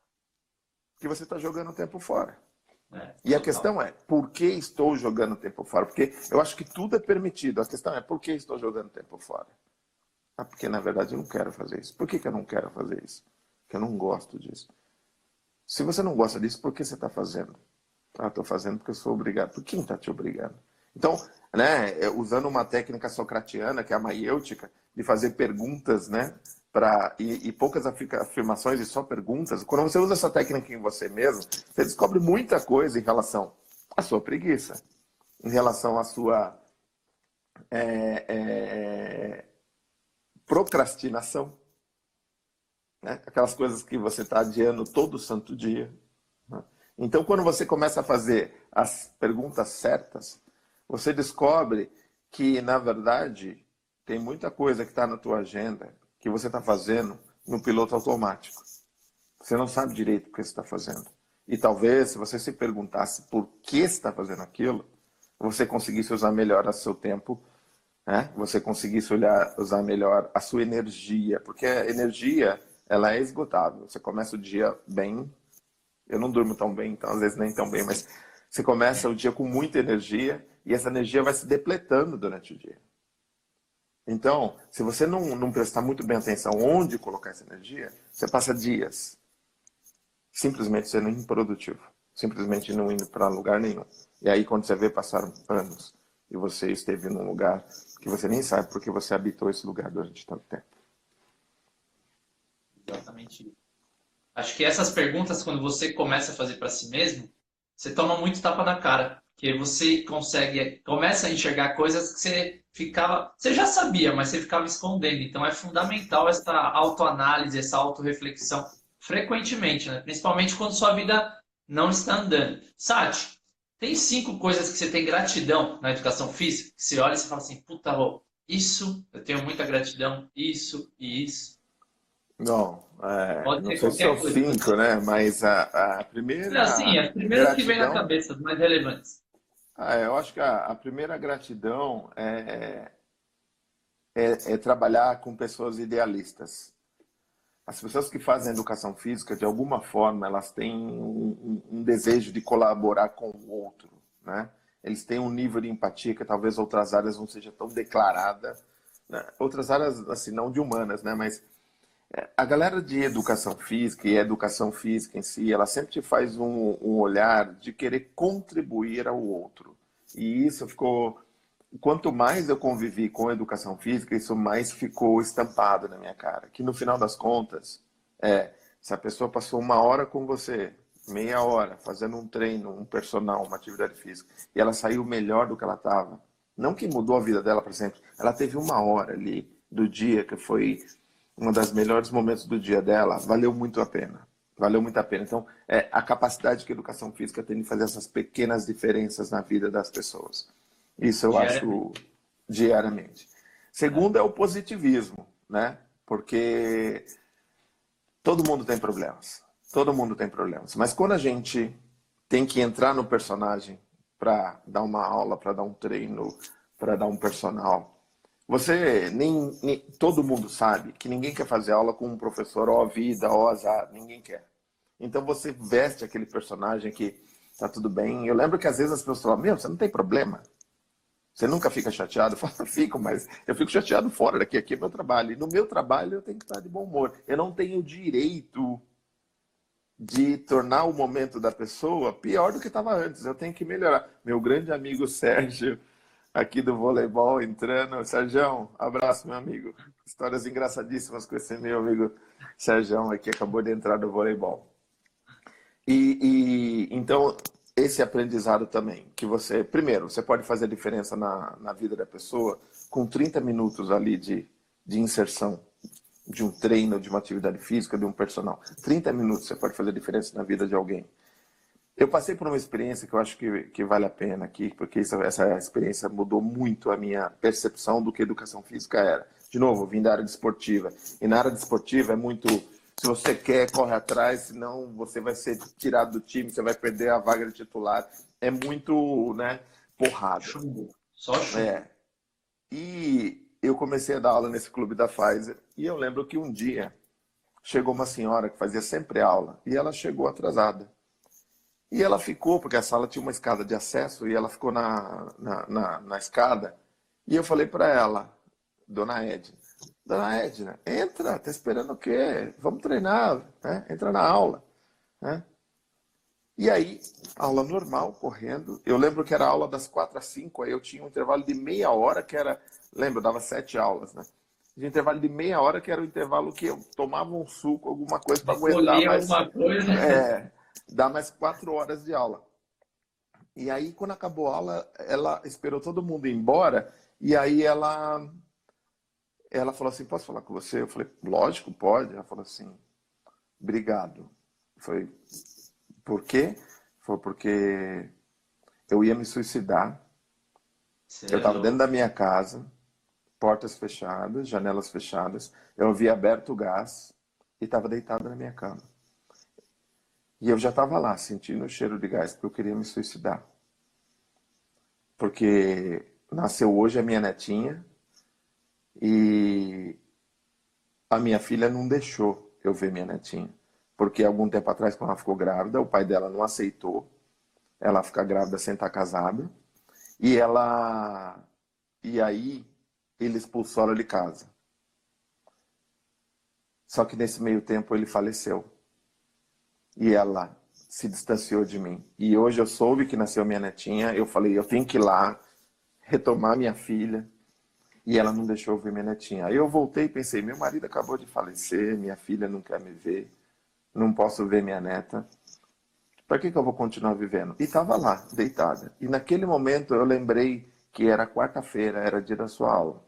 Speaker 2: que você está jogando o tempo fora. E a
Speaker 1: Total.
Speaker 2: questão é, por que estou jogando tempo fora? Porque eu acho que tudo é permitido. A questão é, por que estou jogando tempo fora? Porque na verdade eu não quero fazer isso. Por que eu não quero fazer isso? Porque eu não gosto disso. Se você não gosta disso, por que você está fazendo? Estou fazendo porque eu sou obrigado. Por quem está te obrigando? Então, né, usando uma técnica socratiana, que é a maiêutica, de fazer perguntas, né, e poucas afirmações e só perguntas, quando você usa essa técnica em você mesmo, você descobre muita coisa em relação à sua preguiça, em relação à sua procrastinação, né? Aquelas coisas que você está adiando todo santo dia, né? Então, quando você começa a fazer as perguntas certas, você descobre que, na verdade, tem muita coisa que está na tua agenda que você está fazendo no piloto automático. Você não sabe direito o que você está fazendo. E talvez, se você se perguntasse por que está fazendo aquilo, você conseguisse usar melhor o seu tempo, né? Você conseguisse usar melhor a sua energia, porque a energia, ela é esgotável. Você começa o dia bem, eu não durmo tão bem, então às vezes nem tão bem, mas você começa o dia com muita energia e essa energia vai se depletando durante o dia. Então, se você não prestar muito bem atenção onde colocar essa energia, você passa dias simplesmente sendo improdutivo, simplesmente não indo para lugar nenhum. E aí, quando você vê, passaram anos e você esteve num lugar que você nem sabe porque você habitou esse lugar durante tanto tempo.
Speaker 1: Exatamente. Acho que essas perguntas, quando você começa a fazer para si mesmo, você toma muito tapa na cara, porque você começa a enxergar coisas que você já sabia, mas você ficava escondendo. Então é fundamental essa autoanálise, essa autorreflexão frequentemente, né? Principalmente quando sua vida não está andando. Sati, tem 5 coisas que você tem gratidão na educação física, que você olha e você fala assim, puta, isso, eu tenho muita gratidão, isso e isso.
Speaker 2: Não,
Speaker 1: Pode
Speaker 2: não
Speaker 1: ser
Speaker 2: sei se são
Speaker 1: qualquer coisa.
Speaker 2: 5, né? Mas a
Speaker 1: É assim,
Speaker 2: primeira
Speaker 1: as primeiras que vem na
Speaker 2: gratidão,
Speaker 1: cabeça, as mais relevantes.
Speaker 2: eu acho que a primeira gratidão é trabalhar com pessoas idealistas. As pessoas que fazem educação física, de alguma forma, elas têm um desejo de colaborar com o outro, né? Eles têm um nível de empatia que talvez outras áreas não seja tão declarada, né? Outras áreas, assim, não de humanas, né? Mas a galera de educação física e a educação física em si, ela sempre te faz um olhar de querer contribuir ao outro. E isso ficou. Quanto mais eu convivi com a educação física, isso mais ficou estampado na minha cara. Que no final das contas, se a pessoa passou 1 hora com você, meia hora, fazendo um treino, um personal, uma atividade física, e ela saiu melhor do que ela estava, não que mudou a vida dela para sempre, ela teve 1 hora ali do dia que foi um dos melhores momentos do dia dela, valeu muito a pena. Valeu muito a pena. Então, a capacidade que a educação física tem de fazer essas pequenas diferenças na vida das pessoas. Isso eu
Speaker 1: Diariamente.
Speaker 2: acho diariamente.
Speaker 1: É.
Speaker 2: Segundo é o positivismo, né? Porque todo mundo tem problemas. Todo mundo tem problemas. Mas quando a gente tem que entrar no personagem para dar uma aula, para dar um treino, para dar um personal, você nem todo mundo sabe que ninguém quer fazer aula com um professor ó vida, ó azar, ninguém quer. Então você veste aquele personagem que tá tudo bem. Eu lembro que às vezes as pessoas falam: "Meu, você não tem problema? Você nunca fica chateado?" Eu falo: "Fico, mas eu fico chateado fora daqui, aqui é meu trabalho. E no meu trabalho eu tenho que estar de bom humor. Eu não tenho o direito de tornar o momento da pessoa pior do que estava antes. Eu tenho que melhorar." Meu grande amigo Sérgio, aqui do voleibol, entrando. Sérgio, abraço, meu amigo. Histórias engraçadíssimas com esse meu amigo Sérgio aqui, acabou de entrar no voleibol. Então, esse aprendizado também, que você, primeiro, você pode fazer a diferença na vida da pessoa com 30 minutos ali de inserção de um treino, de uma atividade física, de um personal. 30 minutos você pode fazer a diferença na vida de alguém. Eu passei por uma experiência que eu acho que vale a pena aqui, porque essa experiência mudou muito a minha percepção do que educação física era. De novo, eu vim da área desportiva. E na área desportiva é muito... Se você quer, corre atrás, senão você vai ser tirado do time, você vai perder a vaga de titular. É muito, né, porrada.
Speaker 1: Chumbo. Só chumbo.
Speaker 2: É. E eu comecei a dar aula nesse clube da Pfizer. E eu lembro que um dia chegou uma senhora que fazia sempre aula. E ela chegou atrasada. E ela ficou, porque a sala tinha uma escada de acesso, e ela ficou na escada. E eu falei para ela: Dona Edna, entra, tá esperando o quê? Vamos treinar, né? Entra na aula, né? E aí, aula normal, correndo. Eu lembro que era aula das 4 às 5, aí eu tinha um intervalo de meia hora, que era... Lembro, eu dava 7 aulas, né? De intervalo de meia hora, que era o intervalo que eu tomava um suco, alguma coisa para aguentar
Speaker 1: Escolhi
Speaker 2: mais...
Speaker 1: alguma coisa.
Speaker 2: dar mais 4 horas de aula. E aí, quando acabou a aula, ela esperou todo mundo ir embora, e aí ela falou assim: "Posso falar com você?" Eu falei: "Lógico, pode." Ela falou assim: "Obrigado." Foi: "Por quê?" foi porque eu ia me suicidar.
Speaker 1: Você
Speaker 2: Eu
Speaker 1: é
Speaker 2: estava dentro
Speaker 1: louco.
Speaker 2: da minha casa, portas fechadas, janelas fechadas. Eu havia aberto o gás e estava deitado na minha cama. E eu já estava lá, sentindo o cheiro de gás, porque eu queria me suicidar. Porque nasceu hoje a minha netinha e a minha filha não deixou eu ver minha netinha. Porque algum tempo atrás, quando ela ficou grávida, o pai dela não aceitou ela ficar grávida sem estar casada. E ela. E aí ele expulsou ela de casa. Só que nesse meio tempo ele faleceu. E ela se distanciou de mim. E hoje eu soube que nasceu minha netinha. Eu falei, eu tenho que ir lá retomar minha filha. E ela não deixou eu ver minha netinha. Aí eu voltei e pensei, meu marido acabou de falecer, minha filha não quer me ver, não posso ver minha neta. Para que eu vou continuar vivendo? E estava lá, deitada. E naquele momento eu lembrei que era quarta-feira, era dia da sua aula.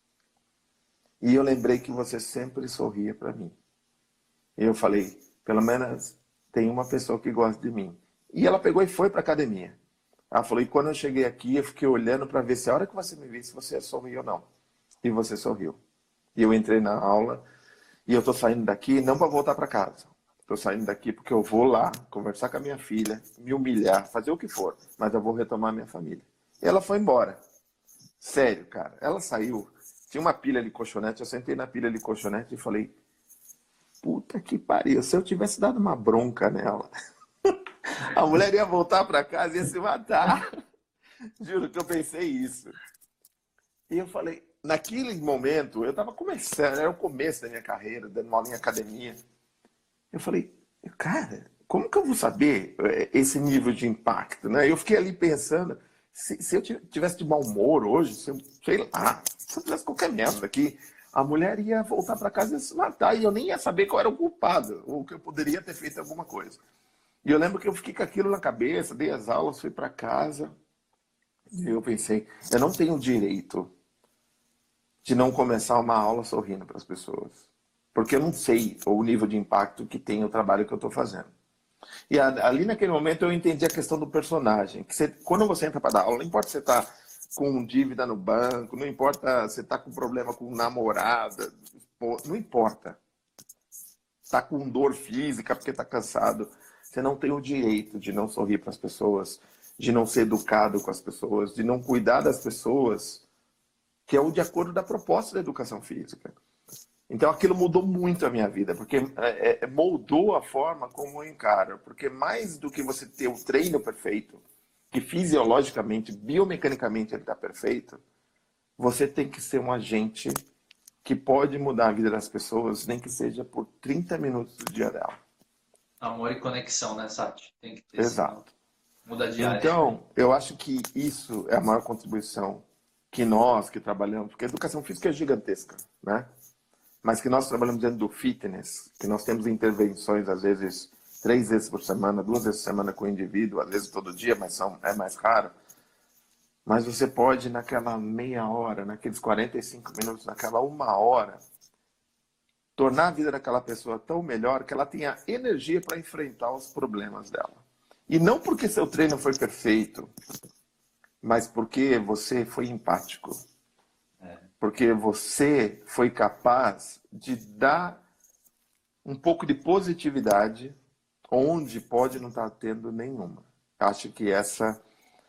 Speaker 2: E eu lembrei que você sempre sorria para mim. E eu falei, pelo menos tem uma pessoa que gosta de mim. E ela pegou e foi para a academia. Ela falou, e quando eu cheguei aqui, eu fiquei olhando para ver se a hora que você me visse, você sorriu ou não. E você sorriu. E eu entrei na aula e eu estou saindo daqui não para voltar para casa. Estou saindo daqui porque eu vou lá conversar com a minha filha, me humilhar, fazer o que for, mas eu vou retomar minha família. E ela foi embora. Sério, cara. Ela saiu. Tinha uma pilha de colchonete. Eu sentei na pilha de colchonete e falei: puta que pariu. Se eu tivesse dado uma bronca nela, a mulher ia voltar para casa e ia se matar. Juro que eu pensei isso. E eu falei, naquele momento, eu estava começando, era o começo da minha carreira, dando aula em academia. Eu falei, cara, como que eu vou saber esse nível de impacto, né? Eu fiquei ali pensando, se eu tivesse de mau humor hoje, se eu, sei lá, se eu tivesse qualquer merda aqui, a mulher ia voltar para casa e se matar, e eu nem ia saber qual era o culpado, ou que eu poderia ter feito alguma coisa. E eu lembro que eu fiquei com aquilo na cabeça, dei as aulas, fui para casa, e eu pensei, eu não tenho direito de não começar uma aula sorrindo para as pessoas. Porque eu não sei o nível de impacto que tem o trabalho que eu estou fazendo. E ali naquele momento eu entendi a questão do personagem. Que você, quando você entra para dar aula, não importa se você está com dívida no banco, não importa se você está com problema com namorada, não importa. Está com dor física porque está cansado. Você não tem o direito de não sorrir para as pessoas, de não ser educado com as pessoas, de não cuidar das pessoas, que é o de acordo da proposta da educação física. Então aquilo mudou muito a minha vida, porque moldou a forma como eu encaro. Porque mais do que você ter o treino perfeito, que fisiologicamente, biomecanicamente ele está perfeito, você tem que ser um agente que pode mudar a vida das pessoas, nem que seja por 30 minutos do dia dela.
Speaker 1: Amor e conexão, né, Sati? Tem que ter, senão
Speaker 2: Exato.
Speaker 1: muda a diária.
Speaker 2: Então, eu acho que isso é a maior contribuição que nós que trabalhamos, porque a educação física é gigantesca, né? Mas que nós trabalhamos dentro do fitness, que nós temos intervenções, às vezes, 3 vezes por semana, 2 vezes por semana com o indivíduo, às vezes todo dia, mas é mais raro. Mas você pode, naquela meia hora, naqueles 45 minutos, naquela uma hora, tornar a vida daquela pessoa tão melhor que ela tenha energia para enfrentar os problemas dela. E não porque seu treino foi perfeito, mas porque você foi empático. Porque você foi capaz de dar um pouco de positividade onde pode não estar tendo nenhuma. Acho que essa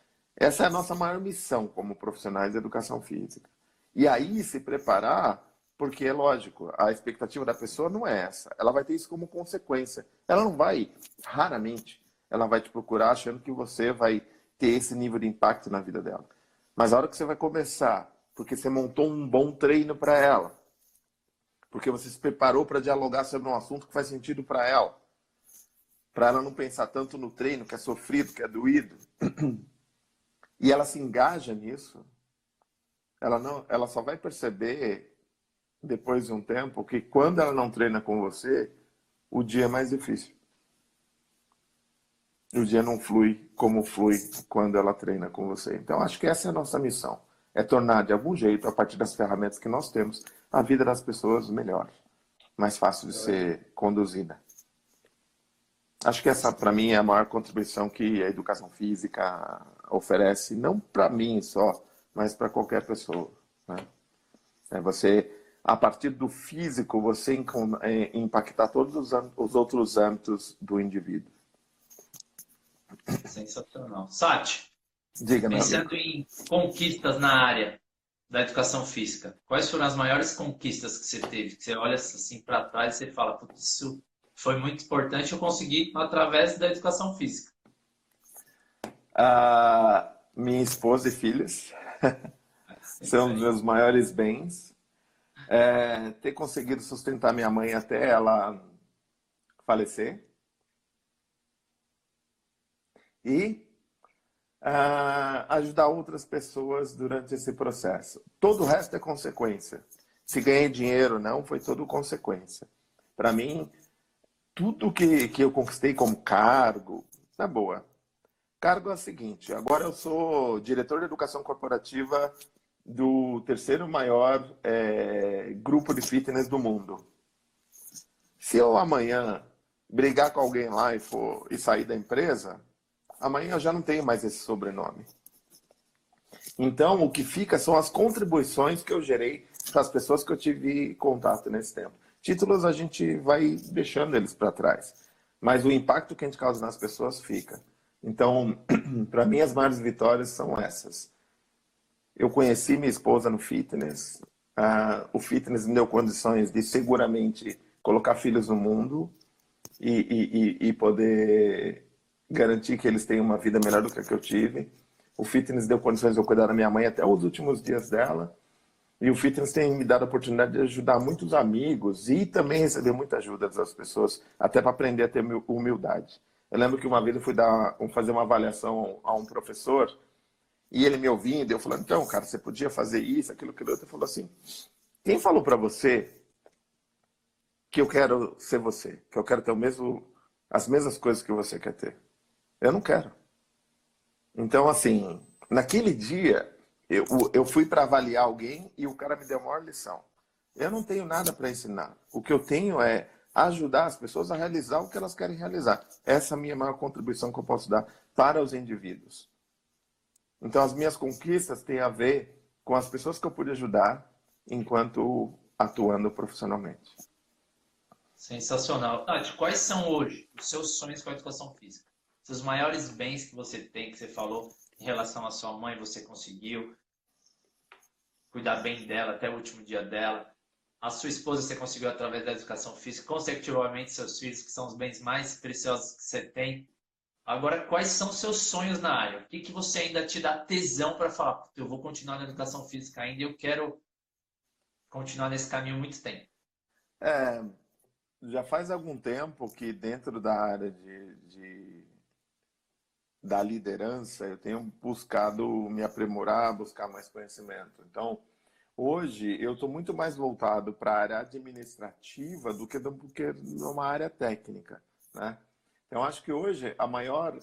Speaker 2: é a nossa maior missão como profissionais de educação física. E aí se preparar, porque é lógico, a expectativa da pessoa não é essa. Ela vai ter isso como consequência. Ela não vai, raramente, ela vai te procurar achando que você vai ter esse nível de impacto na vida dela. Mas a hora que você vai começar, porque você montou um bom treino para ela, porque você se preparou para dialogar sobre um assunto que faz sentido para ela não pensar tanto no treino, que é sofrido, que é doído, e ela se engaja nisso, ela só vai perceber depois de um tempo que quando ela não treina com você, o dia é mais difícil. O dia não flui como flui quando ela treina com você. Então, acho que essa é a nossa missão. É tornar, de algum jeito, a partir das ferramentas que nós temos, a vida das pessoas melhor. Mais fácil de ser conduzida. Acho que essa, para mim, é a maior contribuição que a educação física oferece, não para mim só, mas para qualquer pessoa, né? É você, a partir do físico, você impactar todos os outros âmbitos do indivíduo.
Speaker 1: Sensacional. Sati,
Speaker 2: Diga, meu amigo.
Speaker 1: pensando em conquistas na área da educação física, quais foram as maiores conquistas que você teve? Que você olha assim para trás e você fala, putz, isso foi muito importante, eu consegui através da educação física.
Speaker 2: Minha esposa e filhos
Speaker 1: É isso
Speaker 2: são os
Speaker 1: aí.
Speaker 2: meus maiores bens. Ter conseguido sustentar minha mãe até ela falecer. E ajudar outras pessoas durante esse processo. Todo o resto é consequência. Se ganhei dinheiro ou não, foi tudo consequência. Para mim, tudo que eu conquistei como cargo, na boa. Cargo é o seguinte, agora eu sou diretor de educação corporativa do terceiro maior grupo de fitness do mundo. Se eu amanhã brigar com alguém lá e sair da empresa, amanhã eu já não tenho mais esse sobrenome. Então, o que fica são as contribuições que eu gerei para as pessoas que eu tive contato nesse tempo. Títulos a gente vai deixando eles para trás, mas o impacto que a gente causa nas pessoas fica. Então, para mim, as maiores vitórias são essas. Eu conheci minha esposa no fitness. O fitness me deu condições de seguramente colocar filhos no mundo e poder garantir que eles tenham uma vida melhor do que a que eu tive. O fitness deu condições de eu cuidar da minha mãe até os últimos dias dela. E o fitness tem me dado a oportunidade de ajudar muitos amigos e também receber muita ajuda das pessoas, até para aprender a ter humildade. Eu lembro que uma vez eu fui fazer uma avaliação a um professor e ele me ouvindo, eu falando, então, cara, você podia fazer isso, aquilo, aquilo outro. Ele falou assim, quem falou para você que eu quero ser você, que eu quero ter as mesmas coisas que você quer ter? Eu não quero. Então, assim, naquele dia, eu fui para avaliar alguém e o cara me deu a maior lição. Eu não tenho nada para ensinar. O que eu tenho é ajudar as pessoas a realizar o que elas querem realizar. Essa é a minha maior contribuição que eu posso dar para os indivíduos. Então, as minhas conquistas têm a ver com as pessoas que eu pude ajudar enquanto atuando profissionalmente.
Speaker 1: Sensacional. Tati, quais são hoje os seus sonhos com a educação física? Os maiores bens que você tem, que você falou em relação à sua mãe, você conseguiu cuidar bem dela até o último dia dela. A sua esposa você conseguiu através da educação física, consecutivamente seus filhos, que são os bens mais preciosos que você tem. Agora, quais são os seus sonhos na área? O que, que você ainda te dá tesão para falar? Eu vou continuar na educação física ainda e eu quero continuar nesse caminho muito tempo.
Speaker 2: Já faz algum tempo que dentro da área da liderança eu tenho buscado me aprimorar, buscar mais conhecimento. Então, hoje eu estou muito mais voltado para a área administrativa do que numa área técnica, né? Então, acho que hoje a maior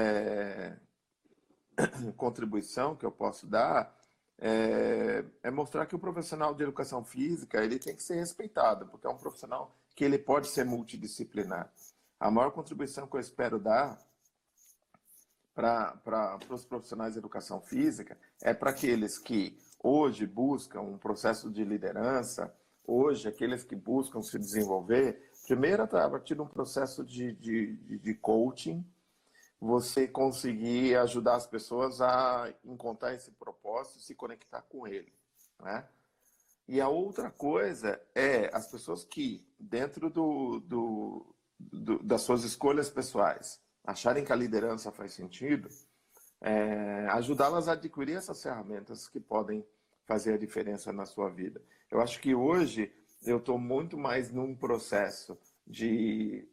Speaker 2: contribuição que eu posso dar mostrar que o profissional de educação física ele tem que ser respeitado, porque é um profissional que ele pode ser multidisciplinar. A maior contribuição que eu espero dar para os profissionais de educação física é para aqueles que hoje buscam um processo de liderança, hoje aqueles que buscam se desenvolver, primeiro a partir de um processo de coaching, você conseguir ajudar as pessoas a encontrar esse propósito e se conectar com ele, né? E a outra coisa é as pessoas que, dentro das suas escolhas pessoais, acharem que a liderança faz sentido, ajudá-las a adquirir essas ferramentas que podem fazer a diferença na sua vida. Eu acho que hoje eu estou muito mais num processo de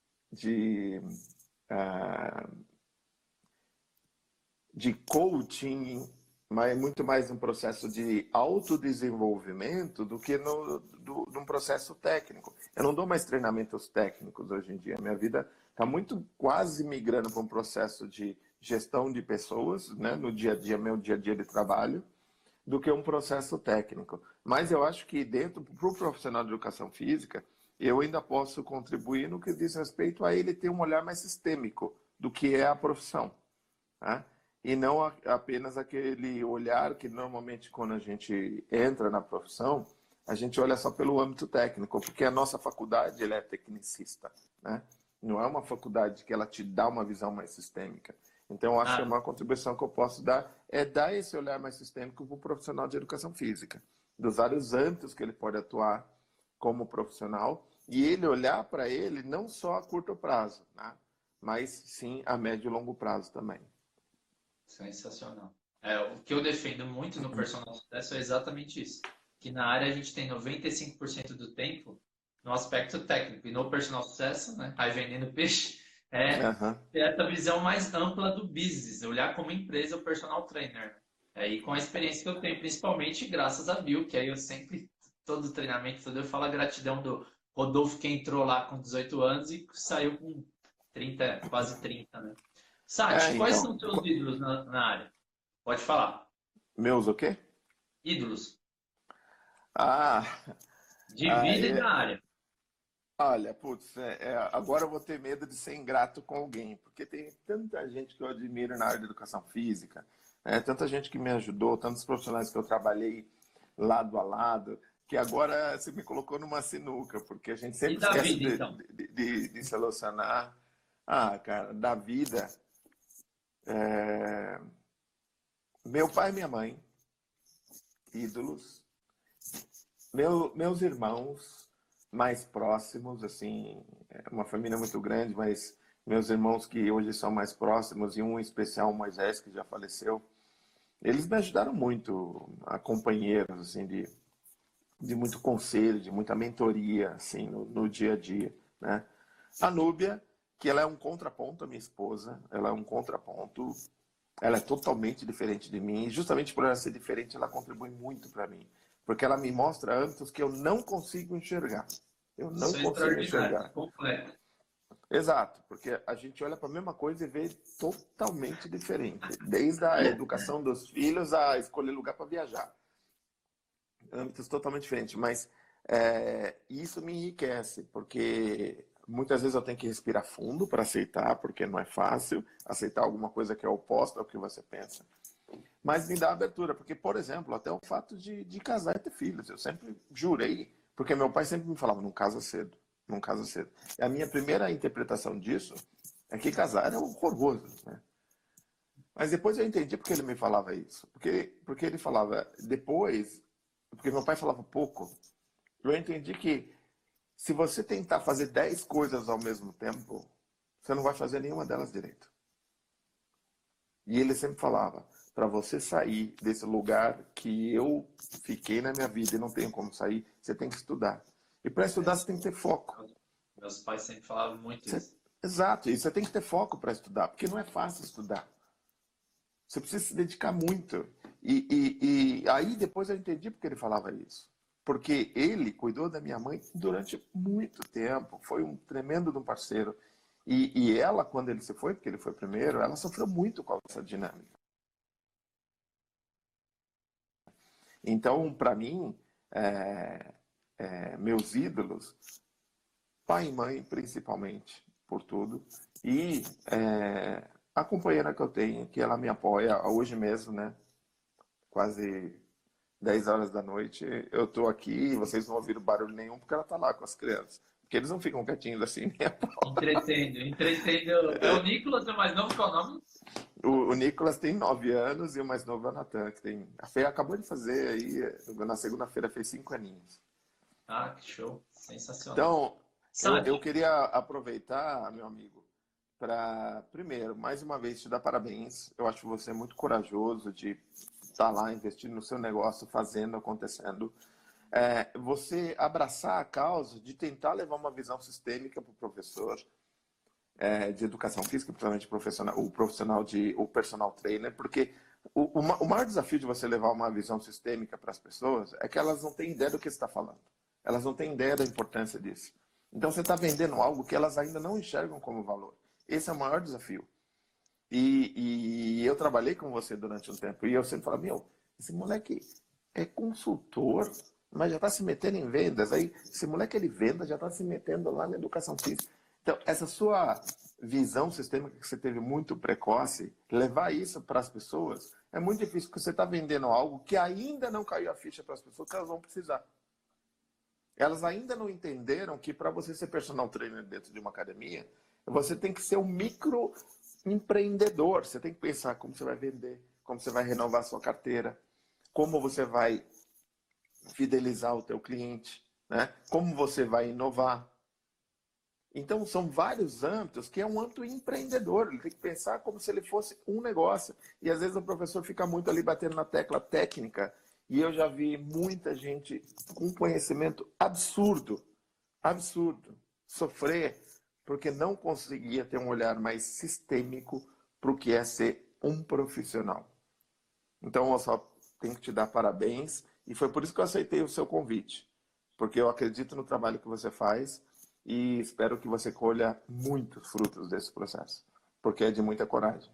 Speaker 2: coaching, mas muito mais um processo de autodesenvolvimento do que num processo técnico. Eu não dou mais treinamentos técnicos hoje em dia. Minha vida está muito quase migrando para um processo de gestão de pessoas, né, no dia a dia, meu dia a dia de trabalho, do que um processo técnico. Mas eu acho que para o profissional de educação física, eu ainda posso contribuir no que diz respeito a ele ter um olhar mais sistêmico do que é a profissão, né? E não apenas aquele olhar que normalmente quando a gente entra na profissão, a gente olha só pelo âmbito técnico, porque a nossa faculdade ela é tecnicista, né? Não é uma faculdade que ela te dá uma visão mais sistêmica. Então, eu acho que
Speaker 1: Ah,
Speaker 2: uma contribuição que eu posso dar é dar esse olhar mais sistêmico para o profissional de educação física, dos vários âmbitos que ele pode atuar como profissional, e ele olhar para ele não só a curto prazo, né? Mas sim a médio e longo prazo também.
Speaker 1: sensacional. O que eu defendo muito no personal sucesso é exatamente isso. Que na área a gente tem 95% do tempo no aspecto técnico. E no personal sucesso, né, aí vendendo peixe,
Speaker 2: Aham.
Speaker 1: ter essa visão mais ampla do business, olhar como empresa o personal trainer. E com a experiência que eu tenho, principalmente graças a Bill, que aí eu sempre, todo treinamento, todo eu falo a gratidão do Rodolfo que entrou lá com 18 anos e saiu com 30, quase 30, né? Sati, quais
Speaker 2: Então,
Speaker 1: são os seus ídolos na área? Pode falar.
Speaker 2: meus o quê?
Speaker 1: Ídolos.
Speaker 2: Ah,
Speaker 1: De
Speaker 2: ah,
Speaker 1: vida e na área.
Speaker 2: olha, putz, agora eu vou ter medo de ser ingrato com alguém, porque tem tanta gente que eu admiro na área de educação física, né? Tanta gente que me ajudou, tantos profissionais que eu trabalhei lado a lado, que agora você me colocou numa sinuca, porque a gente
Speaker 1: E
Speaker 2: sempre
Speaker 1: da
Speaker 2: esquece
Speaker 1: vida, então?
Speaker 2: de selecionar. Ah, cara, da vida, é, meu pai e minha mãe, ídolos, meus irmãos mais próximos, assim, é uma família muito grande, mas meus irmãos que hoje são mais próximos, e um em especial, o Moisés, que já faleceu, eles me ajudaram muito, a companheiros, assim, de muito conselho, de muita mentoria, assim, no dia a dia, né? A Núbia, que ela é um contraponto à minha esposa, ela é um contraponto, ela é totalmente diferente de mim, e justamente por ela ser diferente, ela contribui muito para mim, porque ela me mostra âmbitos que eu não consigo enxergar. Eu não
Speaker 1: Isso é
Speaker 2: consigo
Speaker 1: extraordinário.
Speaker 2: enxergar.
Speaker 1: Completo.
Speaker 2: Exato, porque a gente olha para a mesma coisa e vê totalmente diferente, desde a educação dos filhos a escolher lugar para viajar. Âmbitos totalmente diferentes, mas isso me enriquece, porque muitas vezes eu tenho que respirar fundo para aceitar, porque não é fácil aceitar alguma coisa que é oposta ao que você pensa. Mas me dá abertura, porque, por exemplo, até o fato de casar e ter filhos. Eu sempre jurei, porque meu pai sempre me falava, não casa cedo, não casa cedo. E a minha primeira interpretação disso é que casar era horroroso, né? Mas depois eu entendi porque ele me falava isso. Porque ele falava depois, porque meu pai falava pouco, eu entendi que se você tentar fazer 10 coisas ao mesmo tempo, você não vai fazer nenhuma delas direito. E ele sempre falava, para você sair desse lugar que eu fiquei na minha vida e não tenho como sair, você tem que estudar. E para estudar você tem que ter foco.
Speaker 1: Meus pais sempre falavam muito
Speaker 2: Você-
Speaker 1: isso.
Speaker 2: Exato, e você tem que ter foco para estudar, porque não é fácil estudar. Você precisa se dedicar muito. E aí depois eu entendi porque ele falava isso. Porque ele cuidou da minha mãe durante muito tempo, foi um tremendo de um parceiro. E ela, quando ele se foi, porque ele foi primeiro, ela sofreu muito com essa dinâmica. Então, para mim, meus ídolos, pai e mãe principalmente, por tudo, e a companheira que eu tenho, que ela me apoia hoje mesmo, né? Quase 10 horas da noite, eu tô aqui, vocês não ouviram barulho nenhum porque ela tá lá com as crianças. Porque eles não ficam quietinhos assim, nem a pau.
Speaker 1: Entretendo, entretendo. É o Nicolas, é o mais novo, qual é o nome?
Speaker 2: O Nicolas tem 9 anos e o mais novo é o Natan, que tem. A Fê acabou de fazer aí, na segunda-feira fez 5 aninhos.
Speaker 1: Ah, que show. Sensacional.
Speaker 2: Então, eu
Speaker 1: Sadi,
Speaker 2: queria aproveitar, meu amigo, para, primeiro, mais uma vez te dar parabéns. Eu acho você muito corajoso de estar lá investindo no seu negócio, fazendo, acontecendo. Você abraçar a causa de tentar levar uma visão sistêmica para o professor de educação física, principalmente o personal trainer, porque o maior desafio de você levar uma visão sistêmica para as pessoas é que elas não têm ideia do que você está falando. Elas não têm ideia da importância disso. Então você está vendendo algo que elas ainda não enxergam como valor. Esse é o maior desafio. E eu trabalhei com você durante um tempo e eu sempre falo, meu, esse moleque é consultor, mas já está se metendo em vendas. Aí, esse moleque ele venda, já está se metendo lá na educação física. Então, essa sua visão sistêmica que você teve muito precoce, levar isso para as pessoas, é muito difícil, porque você está vendendo algo que ainda não caiu a ficha para as pessoas que elas vão precisar. Elas ainda não entenderam que para você ser personal trainer dentro de uma academia, você tem que ser um micro empreendedor. Você tem que pensar como você vai vender, como você vai renovar a sua carteira, como você vai fidelizar o teu cliente, né? Como você vai inovar. Então, são vários âmbitos que é um âmbito empreendedor. Ele tem que pensar como se ele fosse um negócio. E às vezes o professor fica muito ali batendo na tecla técnica. E eu já vi muita gente com conhecimento absurdo, absurdo, sofrer porque não conseguia ter um olhar mais sistêmico para o que é ser um profissional. Então, eu só tenho que te dar parabéns. E foi por isso que eu aceitei o seu convite. Porque eu acredito no trabalho que você faz e espero que você colha muitos frutos desse processo. Porque é de muita coragem.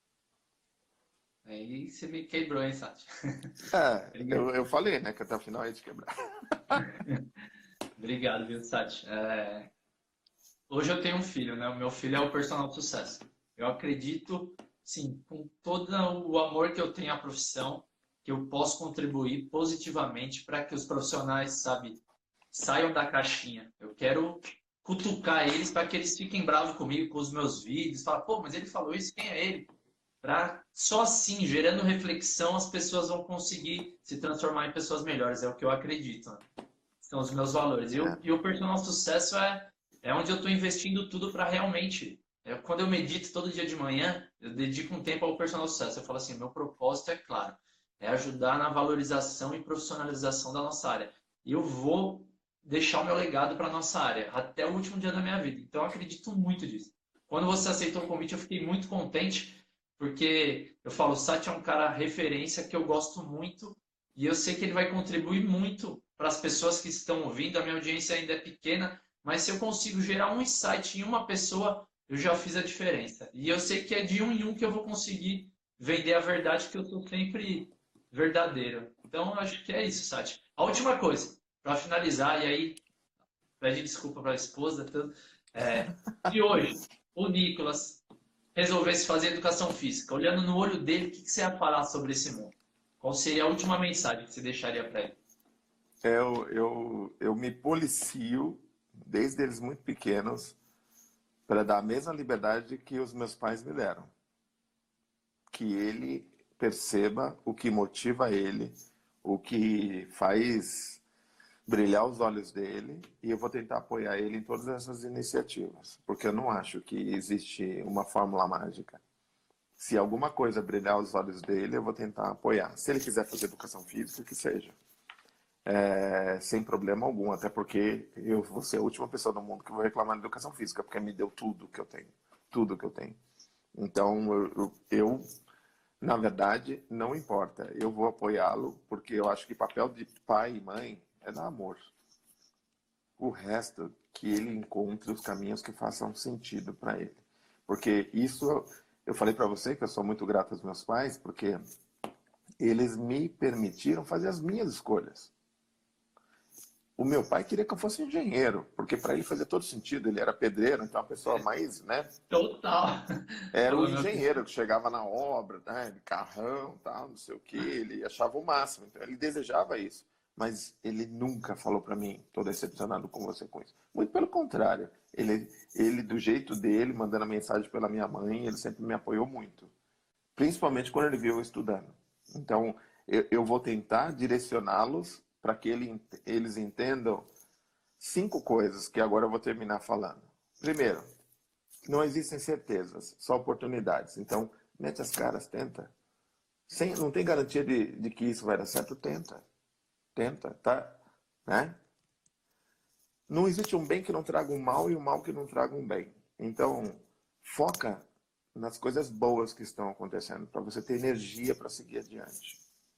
Speaker 1: Aí você me quebrou, hein, Sati?
Speaker 2: Eu falei, né, que até o final ia te quebrar.
Speaker 1: Obrigado, viu, Sati? Hoje eu tenho um filho, né? O meu filho é o personal sucesso. Eu acredito, sim, com todo o amor que eu tenho à profissão, que eu posso contribuir positivamente para que os profissionais, sabe, saiam da caixinha. Eu quero cutucar eles para que eles fiquem bravos comigo com os meus vídeos. Falar, pô, mas ele falou isso, quem é ele? Só assim, gerando reflexão, as pessoas vão conseguir se transformar em pessoas melhores. É o que eu acredito, né? São os meus valores. E o personal sucesso é onde eu estou investindo tudo para realmente. Quando eu medito todo dia de manhã, eu dedico um tempo ao personal sucesso. Eu falo assim, meu propósito é claro, é ajudar na valorização e profissionalização da nossa área. E eu vou deixar o meu legado para a nossa área até o último dia da minha vida. Então eu acredito muito disso. Quando você aceitou o convite, eu fiquei muito contente, porque eu falo, o Sati é um cara referência que eu gosto muito e eu sei que ele vai contribuir muito para as pessoas que estão ouvindo. A minha audiência ainda é pequena, mas se eu consigo gerar um insight em uma pessoa, eu já fiz a diferença. E eu sei que é de um em um que eu vou conseguir vender a verdade, que eu sou sempre verdadeiro. Então, eu acho que é isso, Sati. A última coisa, para finalizar, e aí pede desculpa para a esposa, tudo, se hoje o Nicolas resolvesse fazer educação física, olhando no olho dele, o que você ia falar sobre esse mundo? Qual seria a última mensagem que você deixaria para ele?
Speaker 2: Eu me policio, desde eles muito pequenos, para dar a mesma liberdade que os meus pais me deram. Que ele perceba o que motiva ele, o que faz brilhar os olhos dele, e eu vou tentar apoiar ele em todas essas iniciativas, porque eu não acho que existe uma fórmula mágica. Se alguma coisa brilhar os olhos dele, eu vou tentar apoiar. Se ele quiser fazer educação física, que seja. Sem problema algum, até porque eu vou ser a última pessoa do mundo que vou reclamar de educação física, porque me deu tudo que eu tenho. Tudo que eu tenho. Então, na verdade, não importa. Eu vou apoiá-lo, porque eu acho que papel de pai e mãe é dar amor. O resto, que ele encontre os caminhos que façam sentido para ele. Porque isso, eu falei para você que eu sou muito grato aos meus pais, porque eles me permitiram fazer as minhas escolhas. O meu pai queria que eu fosse engenheiro, porque para ele fazia todo sentido. Ele era pedreiro, então a pessoa mais, né?
Speaker 1: Total.
Speaker 2: Era o
Speaker 1: Falou, meu
Speaker 2: engenheiro que chegava na obra, né, de carrão, tal, não sei o que. Ele achava o máximo, então ele desejava isso. Mas ele nunca falou para mim, estou decepcionado com você com isso. Muito pelo contrário. Ele, do jeito dele, mandando a mensagem pela minha mãe, ele sempre me apoiou muito. Principalmente quando ele viu eu estudando. Então, eu vou tentar direcioná-los para que eles entendam 5 coisas que agora eu vou terminar falando. Primeiro, não existem certezas, só oportunidades. Então, mete as caras, tenta. Não tem garantia de que isso vai dar certo, tenta. Tenta, tá? Né? Não existe um bem que não traga um mal e um mal que não traga um bem. Então, foca nas coisas boas que estão acontecendo, para você ter energia para seguir adiante.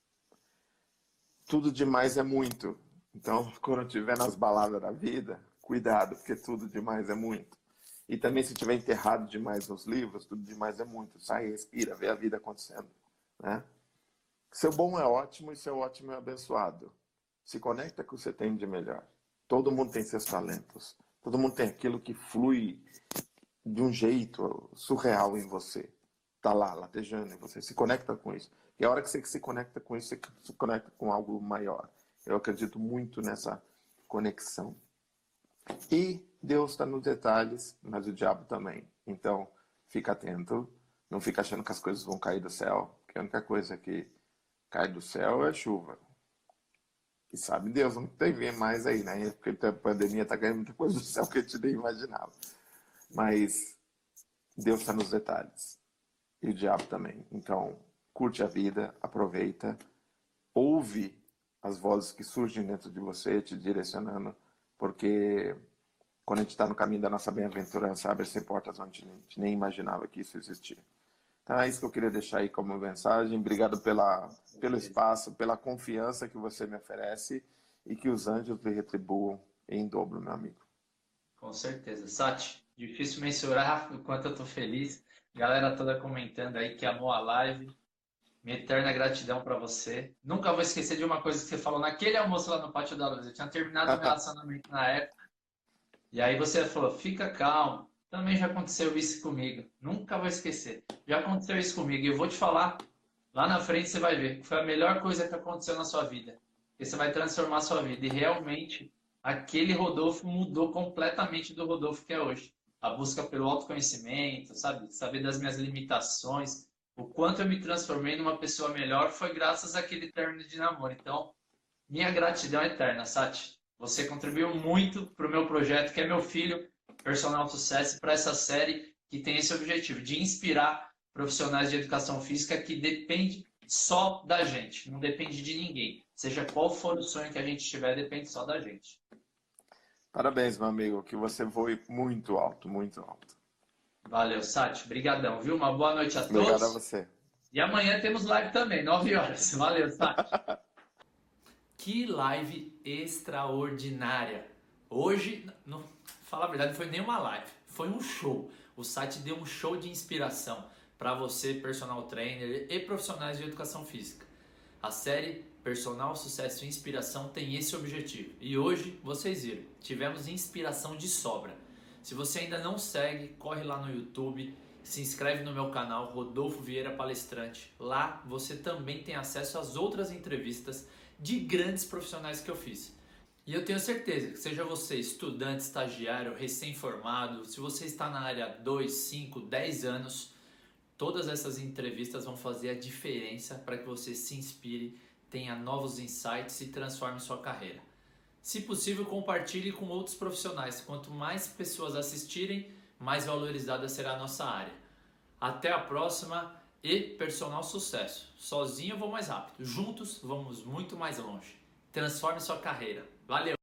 Speaker 2: Tudo demais é muito. Então, quando estiver nas baladas da vida, cuidado, porque tudo demais é muito. E também se estiver enterrado demais nos livros, tudo demais é muito. Sai, respira, vê a vida acontecendo. Né? Seu bom é ótimo e seu ótimo é abençoado. Se conecta com o que você tem de melhor. Todo mundo tem seus talentos. Todo mundo tem aquilo que flui de um jeito surreal em você. Tá lá, latejando em você. Se conecta com isso. E a hora que você se conecta com isso, você se conecta com algo maior. Eu acredito muito nessa conexão. E Deus está nos detalhes, mas o diabo também. Então, fica atento. Não fica achando que as coisas vão cair do céu. Porque a única coisa que cai do céu é chuva. E sabe Deus, não tem ver mais aí, né? Porque a pandemia está caindo muita coisa do céu que a gente nem imaginava. Mas Deus está nos detalhes. E o diabo também. Então, curte a vida, aproveita, ouve as vozes que surgem dentro de você, te direcionando, porque quando a gente está no caminho da nossa bem-aventurança, abre-se portas onde a gente nem imaginava que isso existia. Então é isso que eu queria deixar aí como mensagem. Obrigado pelo espaço, pela confiança que você me oferece e que os anjos lhe retribuam em dobro, meu amigo.
Speaker 1: Com certeza. Sati, difícil mensurar o quanto eu tô feliz. Galera toda comentando aí que amou a live. Minha eterna gratidão para você. Nunca vou esquecer de uma coisa que você falou naquele almoço lá no Pátio da Luz. Eu tinha terminado um relacionamento na época. E aí você falou, fica calmo. Também já aconteceu isso comigo. Nunca vou esquecer. Já aconteceu isso comigo. E eu vou te falar, lá na frente você vai ver que foi a melhor coisa que aconteceu na sua vida. Porque você vai transformar a sua vida. E realmente, aquele Rodolfo mudou completamente do Rodolfo que é hoje. A busca pelo autoconhecimento, sabe? Saber das minhas limitações. O quanto eu me transformei numa pessoa melhor foi graças àquele término de namoro. Então, minha gratidão é eterna, Sati. Você contribuiu muito para o meu projeto, que é meu filho, Personal Sucesso, para essa série que tem esse objetivo, de inspirar profissionais de educação física que depende só da gente, não depende de ninguém. Seja qual for o sonho que a gente tiver, depende só da gente.
Speaker 2: Parabéns, meu amigo, que você voe muito alto, muito alto.
Speaker 1: Valeu, Sati. Brigadão, viu? Uma boa noite a
Speaker 2: Obrigado a
Speaker 1: todos.
Speaker 2: você.
Speaker 1: E amanhã temos live também, 9 horas. Valeu, Sati. Que live extraordinária! Hoje, não, falar a verdade, não foi nenhuma live, foi um show. O site deu um show de inspiração para você, personal trainer e profissionais de educação física. A série Personal Sucesso e Inspiração tem esse objetivo. E hoje, vocês viram, tivemos inspiração de sobra. Se você ainda não segue, corre lá no YouTube, se inscreve no meu canal Rodolfo Vieira Palestrante. Lá você também tem acesso às outras entrevistas de grandes profissionais que eu fiz. E eu tenho certeza que seja você estudante, estagiário, recém-formado, se você está na área há 2, 5, 10 anos, todas essas entrevistas vão fazer a diferença para que você se inspire, tenha novos insights e transforme sua carreira. Se possível, compartilhe com outros profissionais. Quanto mais pessoas assistirem, mais valorizada será a nossa área. Até a próxima e personal sucesso. Sozinho eu vou mais rápido, juntos vamos muito mais longe. Transforme sua carreira. Valeu!